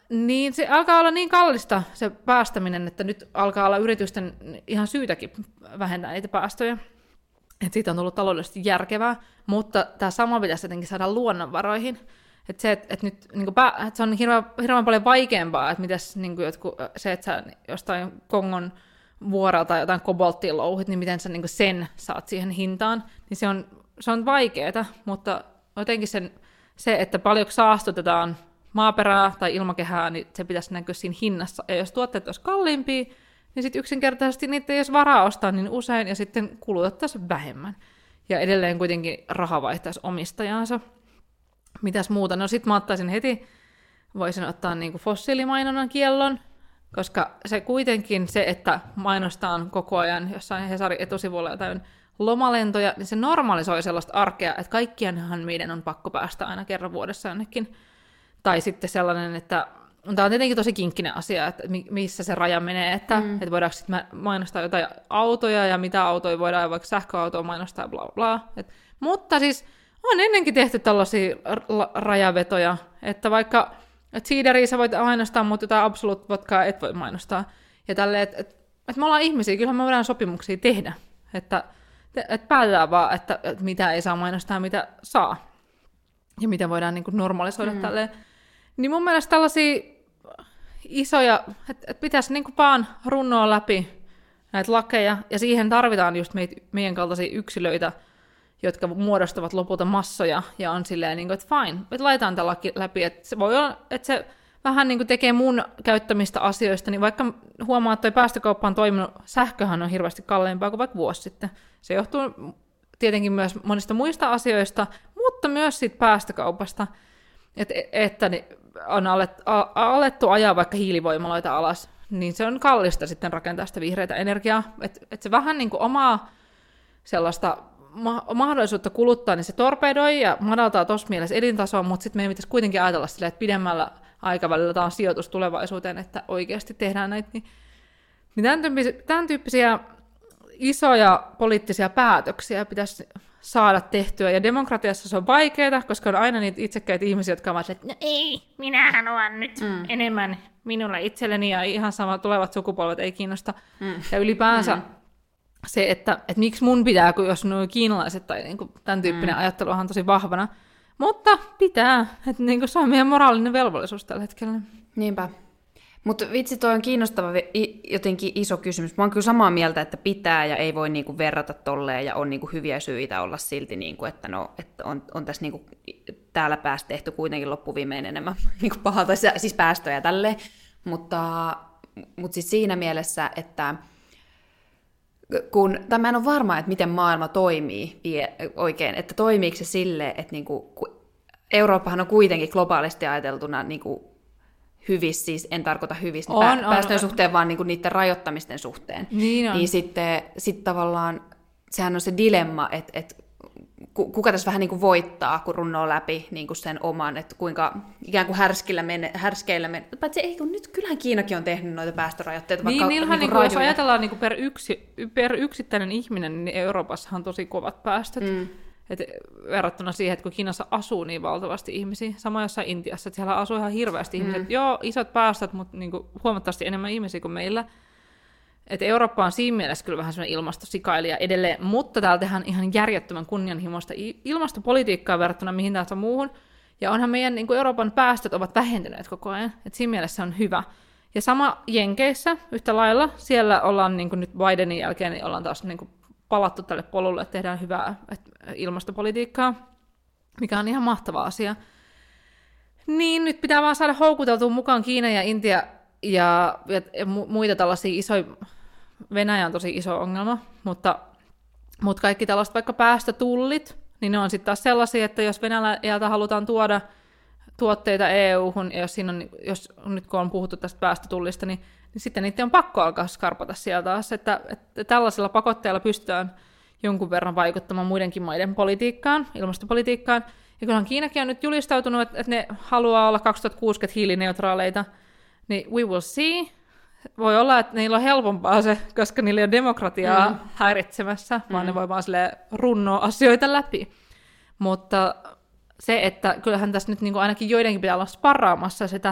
niin se alkaa olla niin kallista se päästäminen, että nyt alkaa olla yritysten ihan syytäkin vähentää niitä päästöjä. Että siitä on tullut taloudellisesti järkevää, mutta tämä sama pitäisi jotenkin saada luonnonvaroihin. Että se, et, et nyt, niinku, et se on hirveän, hirveän paljon vaikeampaa, että mitäs, niinku, jotkut, se, että sä jostain Kongon vuorelta jotain kobolttia louhit, niin miten sä niinku sen saat siihen hintaan, niin se on, se on vaikeaa, mutta jotenkin sen, se, että paljonko saastutetaan maaperää tai ilmakehää, niin se pitäisi näkyä siinä hinnassa. Ja jos tuotteet olisi kalliimpia, niin sitten yksinkertaisesti niitä ei olisi varaa ostaa niin usein, ja sitten kulutettaisiin vähemmän. Ja edelleen kuitenkin raha vaihtaisi omistajaansa. Mitäs muuta? No sit mä ottaisin heti, voisin ottaa niinku fossiilimainonnan kiellon, koska se kuitenkin se, että mainostaan koko ajan jossain Hesarin etusivulla jotain lomalentoja, niin se normalisoi sellaista arkea, että kaikkianhan meidän on pakko päästä aina kerran vuodessa jonnekin. Tai sitten sellainen, että tämä on tietenkin tosi kinkkinen asia, että missä se raja menee, että, mm. että voidaanko sitten mainostaa jotain autoja ja mitä autoja voidaan, vaikka sähköautoa mainostaa, bla bla. Et, mutta siis on ennenkin tehty tällaisia rajavetoja, että vaikka et siideria sä voit mainostaa, mutta jotain absoluut vodkaa et voi mainostaa. Ja tälleen, että et, et me ollaan ihmisiä, kyllähän me voidaan sopimuksia tehdä, että et päätetään vaan, että et mitä ei saa mainostaa ja mitä saa. Ja mitä voidaan niin kuin normalisoida mm. tälleen. Niin mun mielestä tällaisia isoja, että et pitäisi niin kuin vaan runnoa läpi näitä lakeja, ja siihen tarvitaan just meitä, meidän kaltaisia yksilöitä, jotka muodostavat lopulta massoja, ja on silleen, niin kuin, että fine, että laitetaan tämä laki läpi, että se voi olla, että se vähän niin kuin tekee mun käyttämistä asioista, niin vaikka huomaa, että toi päästökauppa on toiminut, sähköhän on hirveästi kalleimpaa kuin vaikka vuosi sitten. Se johtuu tietenkin myös monista muista asioista, mutta myös siitä päästökaupasta, että, että on alettu ajaa vaikka hiilivoimaloita alas, niin se on kallista sitten rakentaa sitä vihreätä energiaa, että, että se vähän niin kuin omaa sellaista ma- mahdollisuutta kuluttaa, niin se torpedoi ja madaltaa tuossa mielessä elintasoa, mutta sitten meidän pitäisi kuitenkin ajatella silleen, että pidemmällä aikavälillä tämä on sijoitus tulevaisuuteen, että oikeasti tehdään näitä. Niin, niin tämän, tyyppisiä, tämän tyyppisiä isoja poliittisia päätöksiä pitäisi saada tehtyä, ja demokratiassa se on vaikeaa, koska on aina niitä itsekkäitä ihmisiä, jotka ovat, että no ei, minä haluan nyt mm. enemmän minulle itselleni, ja ihan sama tulevat sukupolvet ei kiinnosta. Mm. Ja ylipäänsä mm. se, että, että miksi mun pitää, kun jos nuo kiinalaiset tai niin kuin tämän tyyppinen mm. ajattelu on tosi vahvana, mutta pitää, että niin kuin se on meidän moraalinen velvollisuus tällä hetkellä. Niinpä. Mutta vitsi, toi on kiinnostava jotenkin iso kysymys. Mä oon kyllä samaa mieltä, että pitää ja ei voi niinku verrata tolleen, ja on niinku hyviä syitä olla silti, niinku, että, no, että on, on tässä niinku, täällä päästä tehty kuitenkin loppuviimein enemmän niinku pahalta, siis päästöjä tälleen. Mutta, mutta siis siinä mielessä, että kun, tai mä en ole varma, että miten maailma toimii oikein, että toimiiko se silleen, että niinku, Eurooppahan on kuitenkin globaalisti ajateltuna niinku, hyvissä, siis en tarkoita hyvissä on, pää- päästöjen on, suhteen, on. vaan niinku niiden rajoittamisten suhteen. Niin, niin sitten sit tavallaan sehän on se dilemma, että et, kuka tässä vähän niinku voittaa, kun runnoo läpi niinku sen oman, että kuinka ikään kuin härskillä mene, härskeillä menee. Paitsi ei, kun nyt kyllähän Kiinakin on tehnyt noita päästörajoitteita. Niin, niillähän niinku, jos ajatellaan niinku per, yksi, per yksittäinen ihminen, niin Euroopassahan on tosi kovat päästöt. Mm. Et verrattuna siihen, että kun Kiinassa asuu niin valtavasti ihmisiä, sama jossain Intiassa, että siellä asuu ihan hirveästi mm. ihmisiä. Joo, isot päästöt, mutta niinku huomattavasti enemmän ihmisiä kuin meillä. Et Eurooppa on siinä mielessä kyllä vähän sellainen ilmastosikailija edelleen, mutta täällä tehdään ihan järjettömän kunnianhimoista ilmastopolitiikkaa verrattuna mihin tahansa muuhun. Ja onhan meidän niin kuin Euroopan päästöt ovat vähentyneet koko ajan, että siinä mielessä se on hyvä. Ja sama Jenkeissä yhtä lailla, siellä ollaan niin kuin nyt Bidenin jälkeen, niin ollaan taas niin kuin palattu tälle polulle, että tehdään hyvää ilmastopolitiikkaa, mikä on ihan mahtava asia. Niin nyt pitää vaan saada houkuteltua mukaan Kiina ja Intia ja, ja, ja muita tällaisia isoja, Venäjä on tosi iso ongelma, mutta, mutta kaikki tällaiset vaikka päästötullit, niin ne on sitten taas sellaisia, että jos Venäjältä halutaan tuoda tuotteita E U-hun, ja jos, siinä on, jos nyt kun on puhuttu tästä päästötullista, niin, niin sitten niiden on pakko alkaa skarpata sieltä taas, että, että tällaisilla pakotteilla pystytään jonkun verran vaikuttamaan muidenkin maiden politiikkaan, ilmastopolitiikkaan. Ja kyllähän Kiinakin on nyt julistautunut, että, että ne haluaa olla kaksituhattakuusikymmentä hiilineutraaleita, niin we will see. Voi olla, että niillä on helpompaa se, koska niillä ei ole demokratiaa mm. häiritsemässä, mm. vaan ne voi vaan runnoa asioita läpi. Mutta se, että kyllähän tässä nyt niin kuin ainakin joidenkin pitää olla sparraamassa sitä ja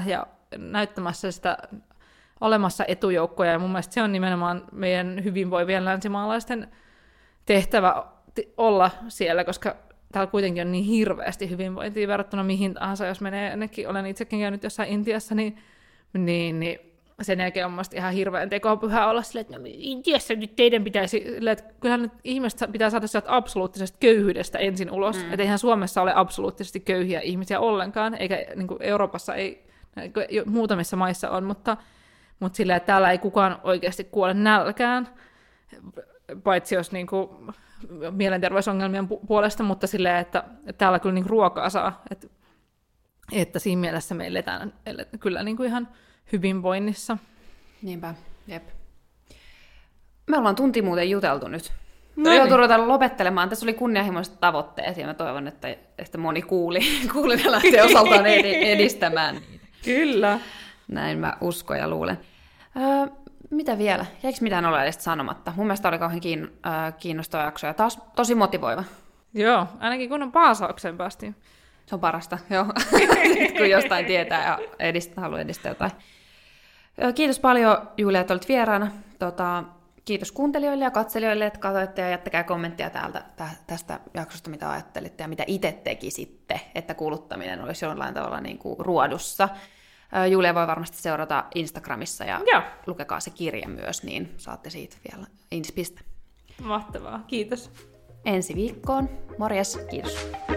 näyttämässä sitä olemassa etujoukkoja, ja mun mielestä se on nimenomaan meidän hyvinvoivien länsimaalaisten tehtävä olla siellä, koska täällä kuitenkin on niin hirveästi hyvinvointia verrattuna mihin tahansa, jos menee jonnekin, olen itsekin käynyt jossain Intiassa, niin, niin, niin sen jälkeen on mielestäni ihan hirveän tekopyhä olla silleen, että no, Intiassa nyt teidän pitäisi, että kyllähän nyt ihmiset pitää saada sieltä absoluuttisesta köyhyydestä ensin ulos, mm. että eihän Suomessa ole absoluuttisesti köyhiä ihmisiä ollenkaan, eikä niin kuin Euroopassa ei, niin kuin muutamissa maissa on, mutta, mutta silleen, että täällä ei kukaan oikeasti kuole nälkään, paitsi jos niin kuin mielenterveysongelmien puolesta, mutta silleen, että, että täällä kyllä niin ruokaa saa, että, että siinä mielessä me eletään kyllä niin kuin ihan hyvinvoinnissa. Niinpä, jep. Me ollaan tunti muuten juteltu nyt. No Joutuu niin. ruveta lopettelemaan. Tässä oli kunnianhimoiset tavoitteet, ja mä toivon, että, että moni kuuli, kuuli ja lähtee osaltaan edistämään niitä. Kyllä. Näin mä uskon ja luulen. Öö, mitä vielä? Jäikö mitään oleellista sanomatta? Mun mielestä oli kauhean kiin, äh, kiinnostava jakso ja taas tosi motivoiva. Joo, ainakin kun on paasaukseen päästiin. Se on parasta, joo. kun jostain tietää ja edistää, haluaa edistää jotain. Kiitos paljon, Julia, että olit vieraana. Tota, kiitos kuuntelijoille ja katselijoille, että katsoitte ja jättäkää kommenttia täältä, tästä jaksosta, mitä ajattelitte ja mitä itse tekisitte, että kuluttaminen olisi jollain tavalla niin kuin ruodussa. Julia voi varmasti seurata Instagramissa ja Joo. lukekaa se kirja myös, niin saatte siitä vielä inspistä. Mahtavaa, kiitos. Ensi viikkoon. Morjes, kiitos.